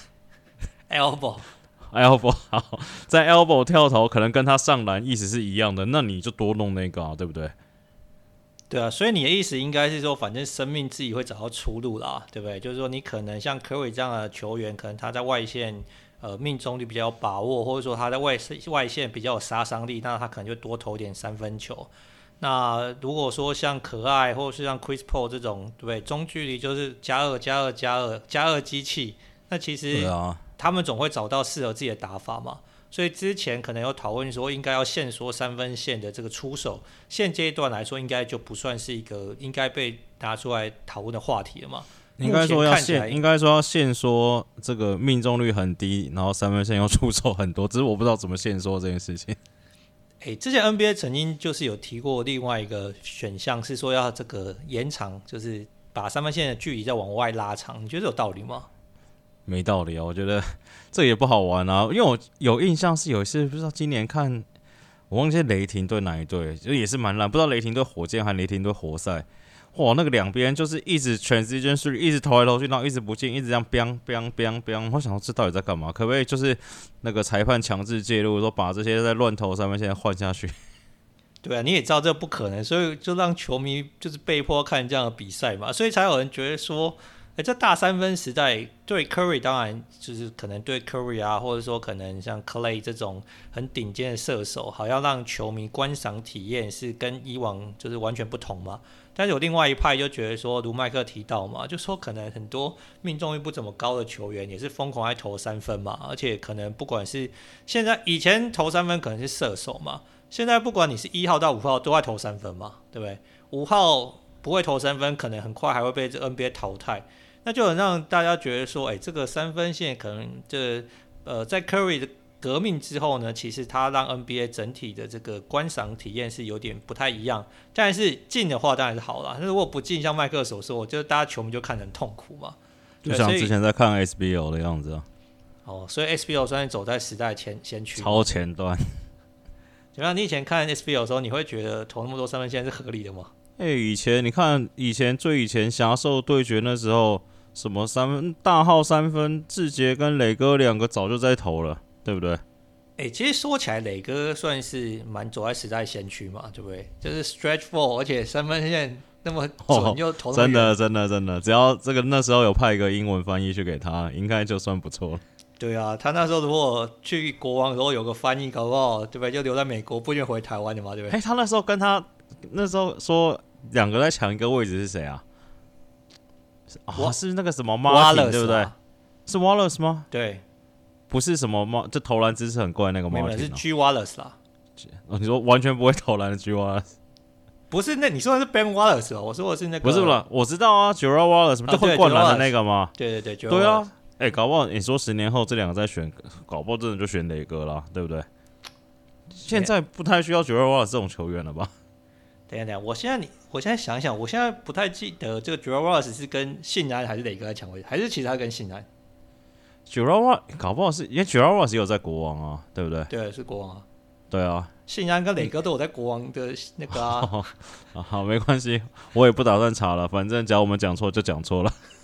？elbow。elbow 好，在 elbow 跳投可能跟他上篮意思是一样的，那你就多弄那个啊，对不对？ 对啊，所以你的意思应该是说，反正生命自己会找到出路啦，对不对？就是说，你可能像 Curry 这样的球员，可能他在外线呃命中率比较有把握，或者说他在外外线比较有杀伤力，那他可能就多投点三分球。那如果说像可爱或者是像 Chris Paul 这种，对不对？中距离就是加二加二加二加二机器，那其实他们总会找到适合自己的打法嘛。所以之前可能有讨论说，应该要限缩三分线的这个出手，现阶段来说，应该就不算是一个应该被拿出来讨论的话题了嘛。 应该说要限，应该说要限缩这个命中率很低，然后三分线又出手很多，只是我不知道怎么限缩这件事情。 欸、之前 N B A 曾经就是有提过另外一个选项，是说要这个延长，就是把三分线的距离再往外拉长，你觉得有道理吗？ 没道理啊，我觉得这也不好玩啊。因为我有印象是有一次，不知道今年看，我忘记雷霆队哪一队，就也是蛮烂，不知道雷霆队火箭还是雷霆队活塞。哇，那个两边就是一直transition three，一直投来投去，然后一直不进，一直这样 biang biang biang biang。我想说这到底在干嘛？可不可以就是那个裁判强制介入，说把这些在乱投三分线换下去？ 对啊，你也知道这不可能，所以就让球迷就是被迫看这样的比赛嘛，所以才有人觉得说。欸、这大三分时代对 Curry 当然就是可能对 Curry 啊，或者说可能像 Clay 这种很顶尖的射手，好像让球迷观赏体验是跟以往就是完全不同嘛。但是有另外一派就觉得说，如麦克提到嘛，就说可能很多命中率不怎么高的球员也是疯狂在投三分嘛，而且可能不管是现在以前投三分可能是射手嘛，现在不管你是一号到五号都在投三分嘛，对不对？五号不会投三分，可能很快还会被这 N B A 淘汰。那就很让大家觉得说，哎、欸，这个三分线可能这呃，在 Curry 的革命之后呢，其实他让 N B A 整体的这个观赏体验是有点不太一样。但是进的话当然是好啦，但如果不进，像麦克所说，我觉得大家球迷就看得很痛苦嘛。 就像之前在看 S B O 的样子啊。 哦，所以 S B O 算是走在时代前先驱， 超前端。 怎么样？你以前看 S B O 的时候，你会觉得投那么多三分线是合理的吗？ 哎、欸，以前你看，以前最以前侠兽对决那时候。什么三分大号三分，志杰跟磊哥两个早就在投了，对不对？ 哎、欸，其实说起来，磊哥算是蛮走在时代先驱嘛，对不对？就是 stretch four， 而且三分线那么准，又投那么远、哦、 真的真的真的，只要这个那时候有派一个英文翻译去给他，应该就算不错了。 对啊，他那时候如果去国王的时候有个翻译，搞不好对不对？就留在美国，不一定回台湾的嘛，对不对？ 哎、欸，他那时候跟他那时候说两个在抢一个位置是谁啊？啊，是那个什么 Martin 对不对？是 Wallace 吗？ 对， 不是什么就投篮姿势很怪那个 Martin，、啊、 是 G Wallace 啦。 哦，你说完全不会投篮的 G Wallace？ 不是，那你说的是 Ben Wallace 吧？我说的是那个， 不是啦，我知道啊 ，Gerald Wallace 就会灌篮的那个吗？ 对对对， 对啊，哎、欸，搞不好你说十年后这两个在选，搞不好真的就选磊哥啦，对不对？现在不太需要 Gerald Wallace 这种球员了吧？ 等一下，等一下，我现在你，我现在想一想，我现在不太记得这个 Gerald Wallace 是跟信安还是磊哥在抢位置，还是其实他跟信安 ？Gerald Wallace 搞不好是因为 Gerald Wallace 也有在国王啊，对不对？ 对，是国王啊。 对啊， 信安跟磊哥都有在国王的那个啊。 好，没关系，我也不打算查了，反正只要我们讲错就讲错了。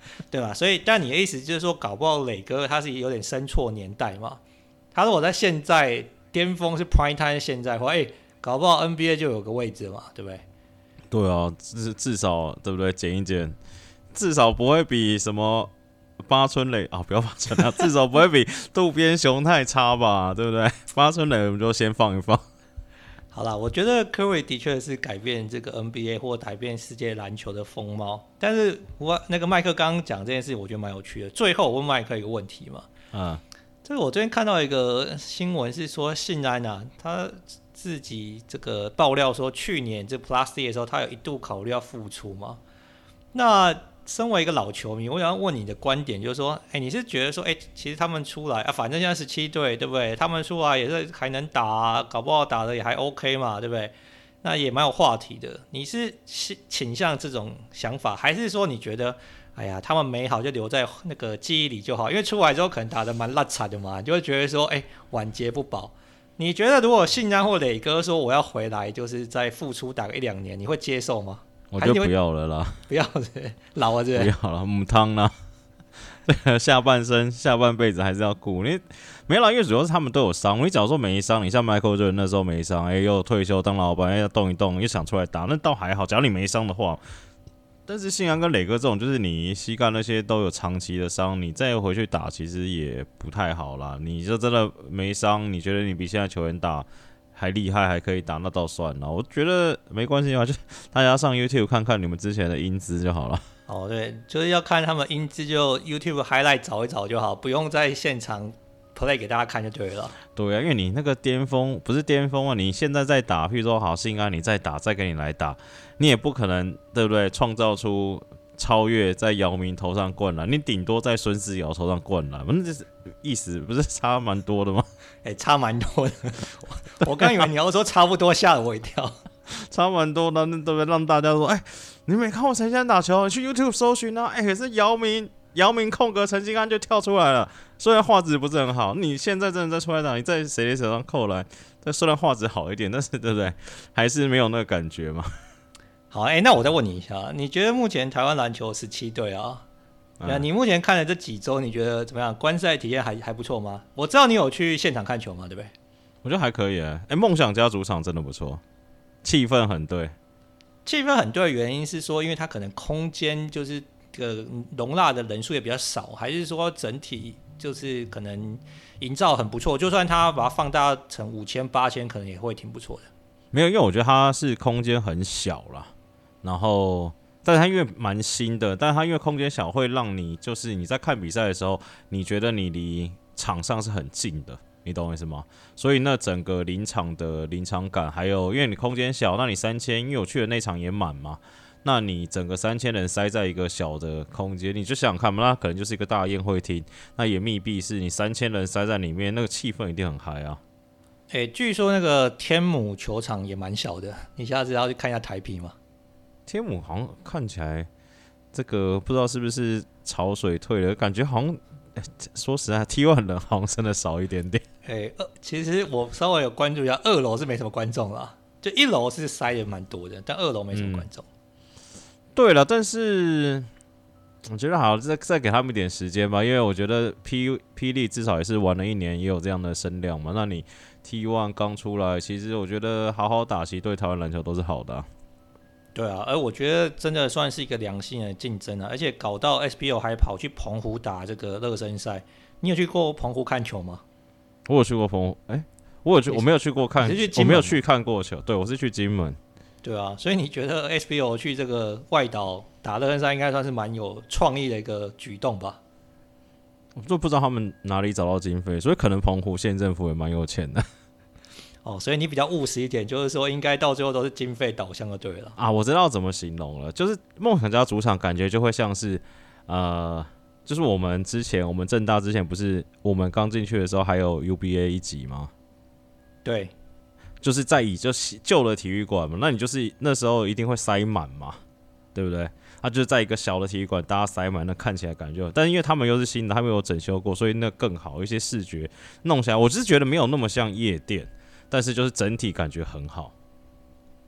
对吧？所以，但你的意思就是说，搞不好磊哥他是有点生错年代嘛？他如果在现在巅峰是 prime time 现在的话，哎、欸，搞不好 N B A 就有个位置嘛，对不对？ 对啊，至至少对不对？减一减，至少不会比什么八村垒啊，不要八村垒，至少不会比渡边雄太差吧，对不对？八村垒我们就先放一放。 好啦，我觉得 Curry 的确是改变这个 N B A 或改变世界篮球的风貌。但是我那个麦克刚刚讲这件事，我觉得蛮有趣的。最后我问麦克一个问题嘛， 嗯， 这个我最近看到一个新闻是说，信安啊，他自己这个爆料说，去年这 Plus D 的时候，他有一度考虑要复出嘛。那身为一个老球迷，我想要问你的观点，就是说，哎、欸，你是觉得说，哎、欸，其实他们出来啊，反正现在十七队，对不对？他们出来也是还能打、啊，搞不好打的也还 OK 嘛，对不对？那也蛮有话题的。你是倾向这种想法，还是说你觉得，哎呀，他们美好就留在那个记忆里就好？因为出来之后可能打得蛮烂惨的嘛，你就会觉得说，哎、欸，晚节不保。你觉得如果信安或磊哥说我要回来，就是再复出打个一两年，你会接受吗？ 我就不要了啦， 不要了，老了是不要了，母汤啦。下半生、下半辈子还是要顾你，没啦，因为主要是他们都有伤。你假如说没伤，你像 Michael Jordan 那时候没伤，哎、欸，又退休当老板，哎、欸，要动一动，又想出来打，那倒还好。假如你没伤的话，但是信安跟磊哥这种，就是你膝盖那些都有长期的伤，你再回去打，其实也不太好啦。你就真的没伤，你觉得你比现在球员打还厉害，还可以打，那倒算了。我觉得没关系嘛，就大家上 YouTube 看看你们之前的英姿就好了。 哦，对，就是要看他们英姿，就 YouTube highlight 找一找就好，不用在现场 play 给大家看就对了。 对啊，因为你那个巅峰不是巅峰啊，你现在在打，譬如说好信安，你再打，再跟你来打，你也不可能对不对？创造出超越在姚明头上灌篮，你顶多在孙思尧头上灌篮，那这意思不是差蛮多的吗？ 哎、欸，差蛮多的。我刚以为你要说差不多，吓了我一跳。 差蛮多的，对不对？让大家说，哎、欸，你没看过陈金安打球，你去 YouTube 搜寻啊，哎、欸，可是姚明，姚明空格陈金安就跳出来了。虽然画质不是很好，你现在真的在出来打，你在谁的手上扣篮，但虽然画质好一点，但是对不对？还是没有那个感觉嘛。 好，哎、欸，那我再问你一下，你觉得目前台湾篮球十七队啊？那、嗯、你目前看了这几周，你觉得怎么样？观赛体验还还不错吗？我知道你有去现场看球嘛，对不对？ 我觉得还可以哎、欸，梦想家主场真的不错，气氛很对。 气氛很对的原因是说，因为它可能空间就是个容纳的人数也比较少，还是说整体就是可能营造很不错？就算它把它放大成五千、八千，可能也会挺不错的。 没有，因为我觉得它是空间很小啦，然后。但是它因为蛮新的，但是它因为空间小，会让你就是你在看比赛的时候，你觉得你离场上是很近的，你懂我意思吗？所以那整个临场的临场感，还有因为你空间小，那你三千，因为我去的那场也满嘛，那你整个三千人塞在一个小的空间，你就想想看嘛，那可能就是一个大宴会厅，那也密闭式，你三千人塞在里面，那个气氛一定很嗨啊。 哎、欸，据说那个天母球场也蛮小的，你下次要去看一下台啤吗？ 天母好像看起来，这个不知道是不是潮水退了，感觉好像，欸、说实在 ，T 一 人好像真的少一点点。 哎、欸，其实我稍微有关注一下，二楼是没什么观众啦，就一楼是塞的蛮多的，但二楼没什么观众。 嗯、对了，但是我觉得好，再再给他们一点时间吧，因为我觉得霹霹雳至少也是玩了一年，也有这样的声量嘛。那你 T 一 刚出来，其实我觉得好好打，其实对台湾篮球都是好的、啊。 对啊，而我觉得真的算是一个良性的竞争啊，而且搞到 S B O 还跑去澎湖打这个热身赛。你有去过澎湖看球吗？ 我有去过澎湖，哎、欸，我有去，我没有去过看，我没有去看过球。对，我是去金门。 对啊，所以你觉得 S B O 去这个外岛打热身赛，应该算是蛮有创意的一个举动吧？ 我就不知道他们哪里找到经费，所以可能澎湖县政府也蛮有钱的。 哦，所以你比较务实一点，就是说应该到最后都是经费导向就对了啊。我知道怎么形容了，就是梦想家主场感觉就会像是，呃，就是我们之前我们政大之前不是我们刚进去的时候还有 U B A 一级吗？ 对， 就是在以就旧的体育馆嘛，那你就是那时候一定会塞满嘛，对不对？它、啊、就是在一个小的体育馆，大家塞满，那看起来感觉，但是因为他们又是新的，他们有整修过，所以那更好，一些视觉弄起来，我只是觉得没有那么像夜店。但是就是整体感觉很好。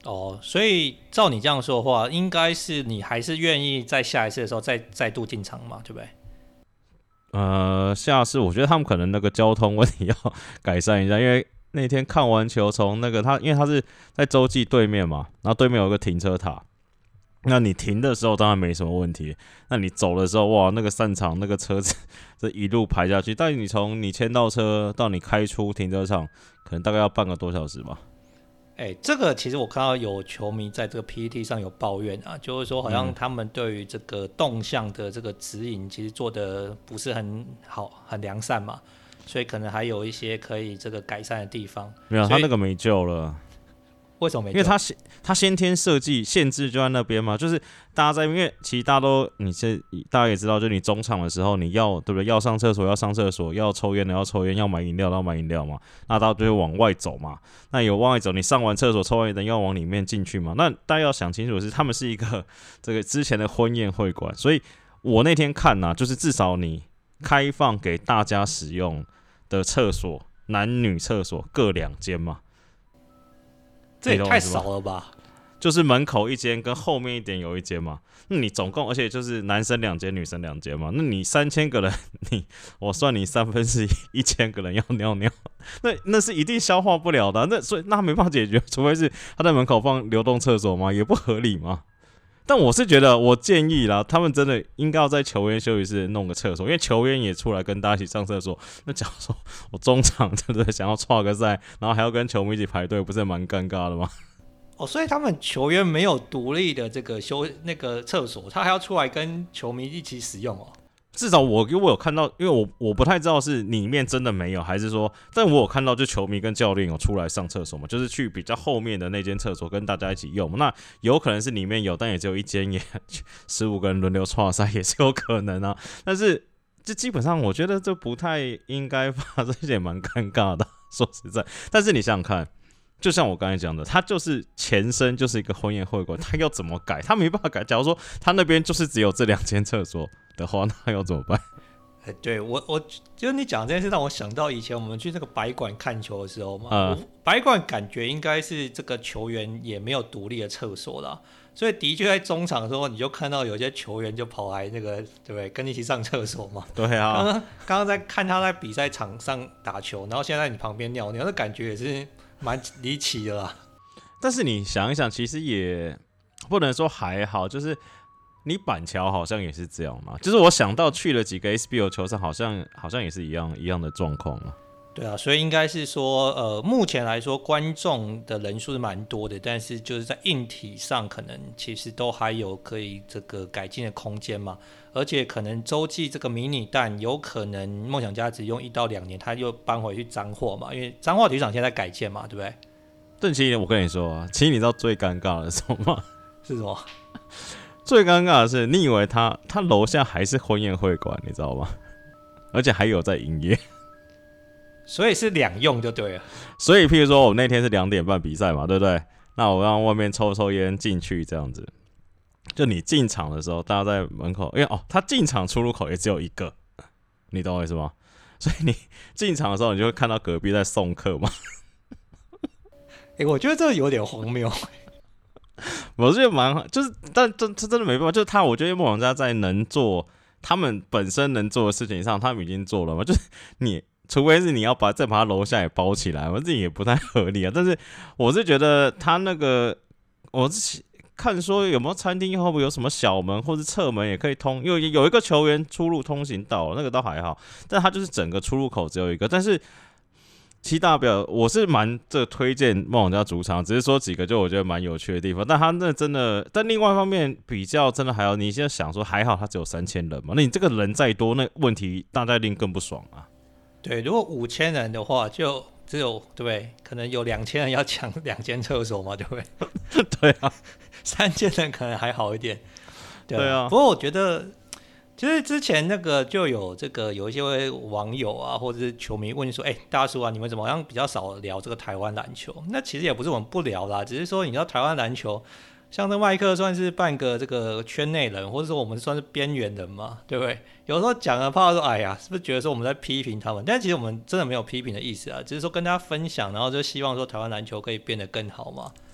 哦，所以照你这样说的话，应该是你还是愿意在下一次的时候再再度进场嘛，对不对？ 呃，下次我觉得他们可能那个交通问题要改善一下，因为那天看完球，从那个他，因为他是在洲际对面嘛，然后对面有一个停车塔，那你停的时候当然没什么问题，那你走的时候，哇，那个散场那个车子这一路排下去，但你从你牵到车到你开出停车场，可能大概要半个多小时吧。 哎、欸，这个其实我看到有球迷在这个 P T T 上有抱怨啊，就是说好像他们对于这个动向的这个指引其实做的不是很好、很良善嘛，所以可能还有一些可以这个改善的地方。 没有，他那个没救了。 为什么没救？ 因为他先他先天设计限制就在那边嘛，就是大家在，因为其实大家都你是大家也知道，就是你中场的时候，你要对不对？要上厕所要上厕所，要抽烟的要抽烟，要买饮料的要买饮料嘛，那大家就会往外走嘛。那有往外走，你上完厕所抽完烟的要往里面进去嘛。那大家要想清楚的是，他们是一个这个之前的婚宴会馆，所以我那天看呐、啊，就是至少你开放给大家使用的厕所，男女厕所各两间嘛。 这也太少了吧？ 就是门口一间，跟后面一点有一间嘛。那你总共，而且就是男生两间，女生两间嘛。那你三千个人，你我算你三分之一，一千个人要尿尿，那那是一定消化不了的、啊。那所以那没办法解决，除非是他在门口放流动厕所嘛，也不合理嘛。但我是觉得，我建议啦，他们真的应该要在球员休息室弄个厕所，因为球员也出来跟大家一起上厕所。那假如说我中场对不对，想要串个赛，然后还要跟球迷一起排队，不是蛮尴尬的吗？ 哦，所以他们球员没有独立的这个休那个厕所，他还要出来跟球迷一起使用哦。 至少我因为我有看到，因为我我不太知道是里面真的没有，还是说，但我有看到就球迷跟教练有出来上厕所嘛，就是去比较后面的那间厕所跟大家一起用嘛。那有可能是里面有，但也只有一间，也十五个人轮流串赛也是有可能啊。但是就基本上我觉得这不太应该发生，也蛮尴尬的，说实在。但是你想想看。就像我刚才讲的，他就是前身就是一个婚宴会馆，他要怎么改？他没办法改。假如说他那边就是只有这两间厕所的话，那要怎么办？ 欸、对我，我就是你讲这件事让我想到以前我们去那个白馆看球的时候嘛， 嗯、 白馆感觉应该是这个球员也没有独立的厕所啦，所以的确在中场的时候你就看到有些球员就跑来那个对不对，跟你一起上厕所嘛。 对啊， 刚刚刚刚在看他在比赛场上打球，然后现在在你旁边尿尿，那感觉也是蛮离奇的啦。 但是你想一想，其实也不能说还好，就是你板桥好像也是这样嘛。就是我想到去了几个 S B O 球场，好像好像也是一样一样的状况嘛。 对啊，所以应该是说，呃，目前来说观众的人数是蛮多的，但是就是在硬体上可能其实都还有可以这个改进的空间嘛。而且可能洲际这个迷你蛋有可能梦想家只用一到两年，他又搬回去彰化嘛，因为彰化体育场现在在改建嘛，对不对？ 但其实我跟你说啊，其实你知道最尴尬的是什么吗？ 是什么？ 最尴尬的是，你以为他他楼下还是婚宴会馆，你知道吗？而且还有在营业。 所以是两用就对了。 所以，譬如说我那天是两点半比赛嘛，对不对？那我让外面抽抽烟进去这样子。就你进场的时候，大家在门口，因为哦，他进场出入口也只有一个，你懂我意思吗？所以你进场的时候，你就会看到隔壁在送客嘛。 哎、欸，我觉得这有点荒谬。 我觉得蛮，就是但这这真的没办法，就是他，我觉得梦想家在能做他们本身能做的事情上，他们已经做了嘛。就是你，除非是你要把再把他楼下也包起来，我自己也不太合理啊。但是我是觉得他那个，我是看说有没有餐厅会不会有什么小门或是侧门也可以通，因为有一个球员出入通行道，那个倒还好，但他就是整个出入口只有一个，但是。七大表我是蛮这推荐梦想家主场，只是说几个就我觉得蛮有趣的地方，但他那真的，但另外一方面比较真的还要，你现在想说还好他只有三千人嘛，那你这个人再多，那问题大家一定更不爽啊。 对，如果五千人的话，就只有对不对？可能有两千人要抢两间厕所嘛，对不对？ 对啊， 三千人可能还好一点。对 啊, 對啊， 不过我觉得。其实之前那个就有这个有一些网友啊，或者是球迷问说：“哎、欸，大叔啊，你们怎么好像比较少聊这个台湾篮球？”那其实也不是我们不聊啦，只是说你知道台湾篮球，像这麦克算是半个这个圈内人，或者说我们算是边缘人嘛，对不对？有时候讲了怕说：“哎呀，是不是觉得说我们在批评他们？”但其实我们真的没有批评的意思啊，只是说跟大家分享，然后就希望说台湾篮球可以变得更好嘛。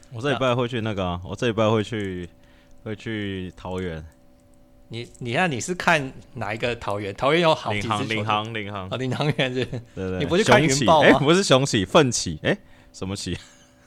我这礼拜会去那个、啊，我这礼拜会去会去桃园。 你你看你是看哪一个桃园？桃园有好几支球队。 领航领航哦，领航员是。 对 对, 對。 你不去看云豹吗？ 哎、欸，不是雄起，奋起，哎、欸，什么起？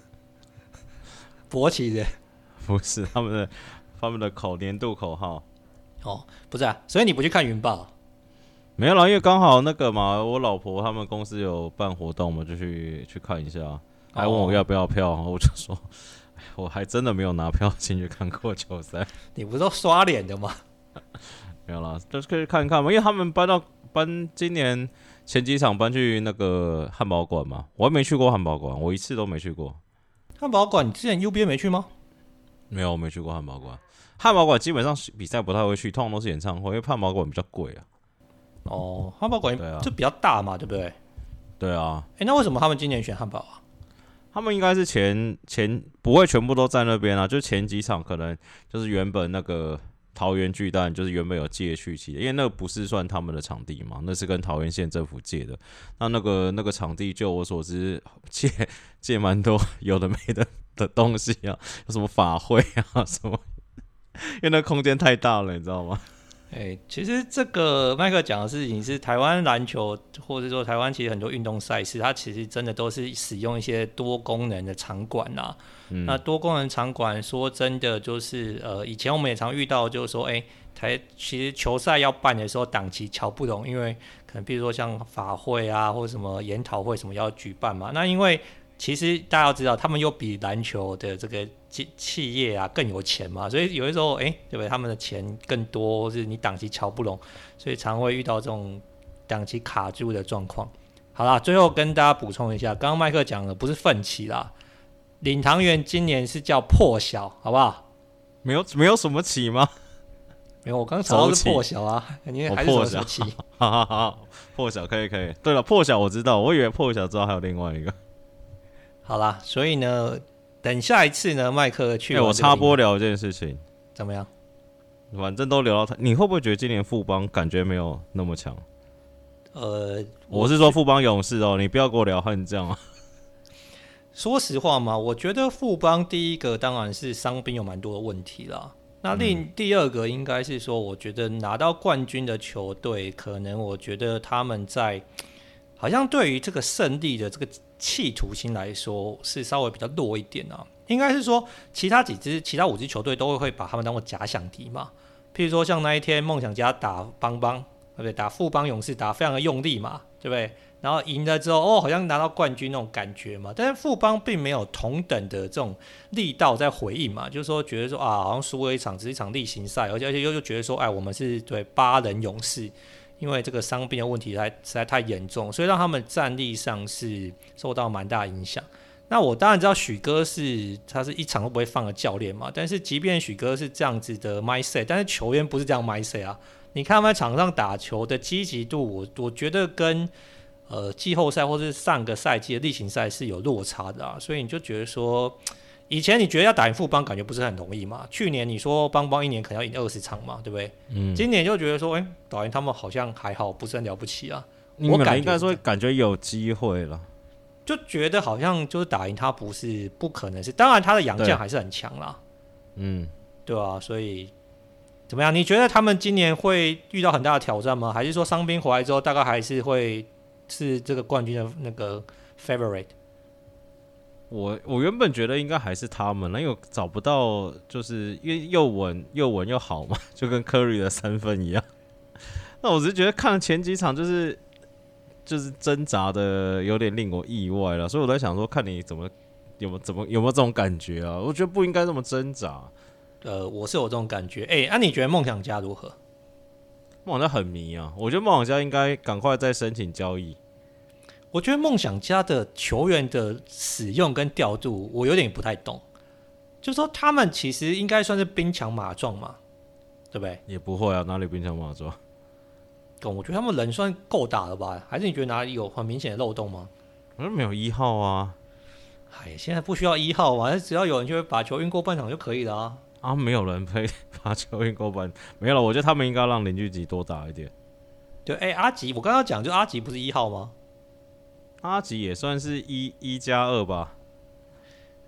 勃起的。 不是他们的他们的口年度口号。 哦，不是啊，所以你不去看云豹？ 没有啦，因为刚好那个嘛，我老婆他们公司有办活动，我们就去去看一下，还问我要不要票，我就说，我还真的没有拿票进去看过球赛。 你不是都刷脸的吗？ 没有啦，就是可以看看嘛，因为他们搬到搬今年前几场搬去那个汉堡馆嘛，我还没去过汉堡馆，我一次都没去过。 汉堡馆，你之前 U B A 没去吗？ 没有，我没去过汉堡馆。汉堡馆基本上比赛不太会去，通常都是演唱会，因为汉堡馆比较贵啊。 哦，汉堡馆就比较大嘛，对不对？ 对啊。 哎、欸，那为什么他们今年选汉堡啊？ 他们应该是前前不会全部都在那边啊，就前几场可能就是原本那个桃园巨蛋就是原本有借去期的，因为那个不是算他们的场地嘛，那是跟桃园县政府借的。那那个那个场地，就我所知，借借蛮多有的没的的东西啊，有什么法会啊什么，因为那空间太大了，你知道吗？ 哎、欸，其实这个麦克讲的事情是台湾篮球，或者说台湾其实很多运动赛事，它其实真的都是使用一些多功能的场馆啦。嗯、那多功能场馆说真的就是呃，以前我们也常遇到，就是说，哎、欸，台其实球赛要办的时候档期瞧不拢，因为可能比如说像法会啊，或者什么研讨会什么要举办嘛。那因为其实大家要知道，他们又比篮球的这个企业啊更有钱嘛，所以有的时候，哎、欸，对不对？他们的钱更多，或是你档期瞧不拢，所以常会遇到这种档期卡住的状况。好啦，最后跟大家补充一下，刚刚麦克讲的不是奋起啦，领航员今年是叫破晓，好不好？ 没有没有什么起吗？ 没有，我刚查到是破晓啊，你还是什么起？ 好好好，破晓可以可以。对了，破晓我知道，我以为破晓之后还有另外一个。 好啦，所以呢，等下一次呢，麦克去、 欸。我插播聊一件事情， 怎么样？ 反正都聊到他，你会不会觉得今年富邦感觉没有那么强？ 呃， 我是说富邦勇士哦，你不要给我聊恨这样啊。 说实话嘛，我觉得富邦第一个当然是伤兵有蛮多的问题啦。那另、嗯、第二个应该是说，我觉得拿到冠军的球队，可能我觉得他们在好像对于这个胜利的这个企图心来说是稍微比较弱一点啊。应该是说其他几支、其他五支球队都会把他们当做假想敌嘛。譬如说像那一天梦想家打邦邦，对不对？打富邦勇士打非常的用力嘛，对不对？然后赢了之后，哦，好像拿到冠军那种感觉嘛。但是富邦并没有同等的这种力道在回应嘛，就是说觉得说啊，好像输了一场，只是一场例行赛，而且而且又又觉得说，哎，我们是对八人勇士，因为这个伤病的问题实在太严重，所以让他们战力上是受到蛮大影响。那我当然知道许哥是他是一场都不会放的教练嘛，但是即便许哥是这样子的 mindset， 但是球员不是这样 mindset 啊。你看他们在场上打球的积极度，我我觉得跟呃季后赛或是上个赛季的例行赛是有落差的啊，所以你就觉得说，以前你觉得要打赢富邦感觉不是很容易嘛？去年你说邦邦一年可能要赢二十场嘛，对不对？嗯。今年就觉得说，哎、欸，打赢他们好像还好，不是很了不起啊。 我感觉应该说感觉有机会了。 就觉得好像就是打赢他不是不可能是，当然他的洋将还是很强啦，嗯，对啊，所以怎么样？你觉得他们今年会遇到很大的挑战吗？还是说伤兵回来之后，大概还是会是这个冠军的那个 favorite？ 我我原本觉得应该还是他们了，因为我找不到，就是因为又稳又稳又好嘛，就跟 Curry 的三分一样。那我只是觉得看了前几场就是。就是挣扎的有点令我意外了，所以我在想说，看你怎么有没有怎么有没有这种感觉啊？我觉得不应该这么挣扎。 呃，我是有这种感觉。哎、欸，那、啊、你觉得梦想家如何？ 梦想家很迷啊，我觉得梦想家应该赶快再申请交易。 我觉得梦想家的球员的使用跟调度，我有点不太懂。就是说他们其实应该算是兵强马壮嘛，对不对？ 也不会啊，哪里兵强马壮？ 我觉得他们人算够打了吧？还是你觉得哪里有很明显的漏洞吗？ 我说没有一号啊。 哎，现在不需要一号嘛，只要有人就会把球运过半场就可以了啊。 啊，没有人可以把球运过半，没有了。我觉得他们应该让林俊杰多打一点。 对，哎、欸，阿吉，我刚刚讲就阿吉不是一号吗？ 阿吉也算是一一加二吧。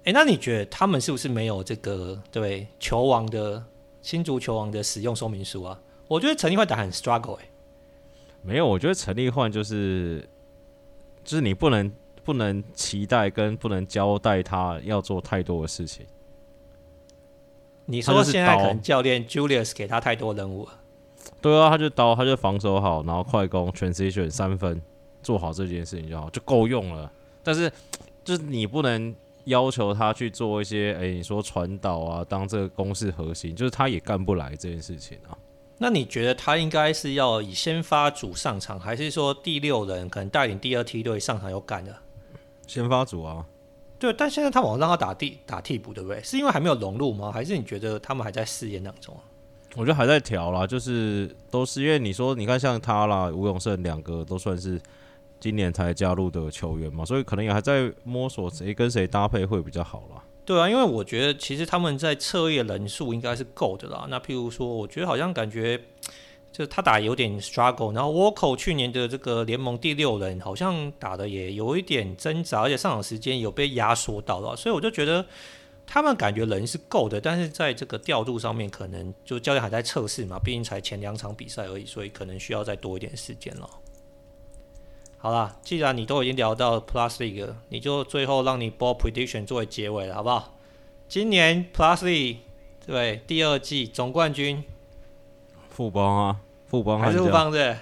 哎，那你觉得他们是不是没有这个对球王的新竹球王的使用说明书啊？我觉得陈立焕打很 struggle 哎、欸。 没有，我觉得陈立焕就是就是你不能不能期待跟不能交代他要做太多的事情。 你说现在可能教练 Julius 给他太多任务了。 对啊，他就刀，他就防守好，然后快攻 transition 三分，做好这件事情就好，就够用了。但是就是你不能要求他去做一些，哎、欸，你说传导啊，当这个攻势核心，就是他也干不来这件事情啊。 那你觉得他应该是要以先发组上场，还是说第六人可能带领第二梯队上场有干的？ 先发组啊。 对，但现在他们让他打替打替补，对不对？是因为还没有融入吗？还是你觉得他们还在试验当中？ 我觉得还在调啦，就是都是因为你说，你看像他啦、吴永胜两个都算是今年才加入的球员嘛，所以可能也还在摸索谁跟谁搭配会比较好啦。 对啊，因为我觉得其实他们在侧翼人数应该是够的啦。那譬如说，我觉得好像感觉就他打有点 struggle， 然后 Walker 去年的这个联盟第六人好像打的也有一点挣扎，而且上场时间有被压缩到了，所以我就觉得他们感觉人是够的，但是在这个调度上面可能就教练还在测试嘛，毕竟才前两场比赛而已，所以可能需要再多一点时间了。好啦，既然你都已经聊到 Plus League 了，你就最后让你 Ball Prediction 作为结尾了，好不好？今年 Plus League 对第二季总冠军， 富邦啊，富邦还是富邦对，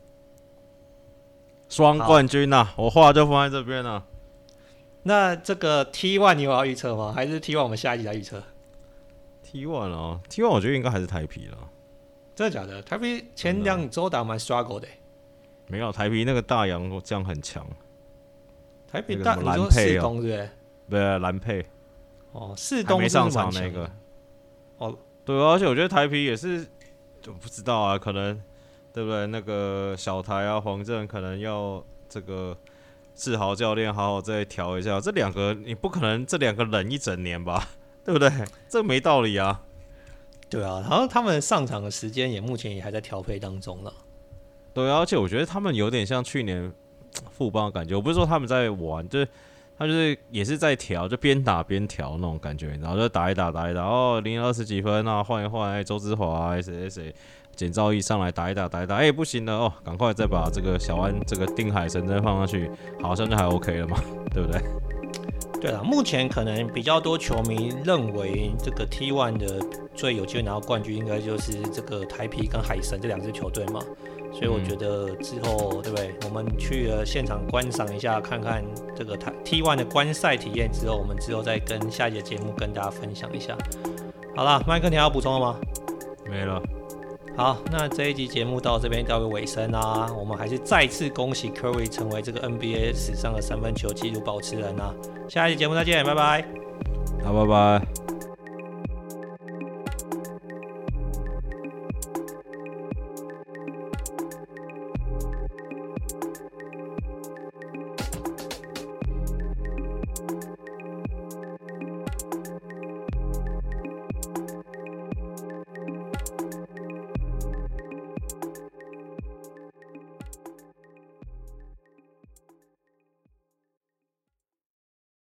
双冠军啊，我话就放在这边了。 那这个 T 一 你有要预测吗？还是 T 一 我们下一集来预测 ？T 一 哦 ，T 一 我觉得应该还是台啤了。 真的假的？台啤前两周打蛮 struggle 的、欸。 没有，台啤那个大洋这样很强。 台啤大， 那你说世东是不是？ 对，蓝配。 哦，世东没上场那个。 哦， 对啊，而且我觉得台啤也是，就不知道啊，可能对不对？那个小台啊，黄振可能要这个志豪教练好好再调一下。这两个你不可能这两个忍一整年吧？对不对？这没道理啊。 对啊，然后他们上场的时间也目前也还在调配当中了。 对啊，而且我觉得他们有点像去年富邦的感觉。我不是说他们在玩，就是他就是也是在调，就边打边调那种感觉，然后就打一打打一打，哦，零二十几分啊，换一换，哎，周之华啊，谁谁谁，简兆义上来打一打打一打，哎，不行了哦，赶快再把这个小安这个定海神针放上去，好像就还 OK 了嘛，对不对？ 对啦，目前可能比较多球迷认为这个 T 一 的最有机会拿到冠军，应该就是这个台啤跟海神这两支球队嘛。所以我觉得之后，对不对？我们去了现场观赏一下，看看这个 T 一 的观赛体验之后，我们之后再跟下一节节目跟大家分享一下。好啦，麦克，你还要补充了吗？ 没了。 好，那这一集节目到这边到个尾声啊，我们还是再次恭喜 Curry 成为这个 N B A 史上的三分球纪录保持人啊！下一集节目再见，拜拜。 好，拜拜。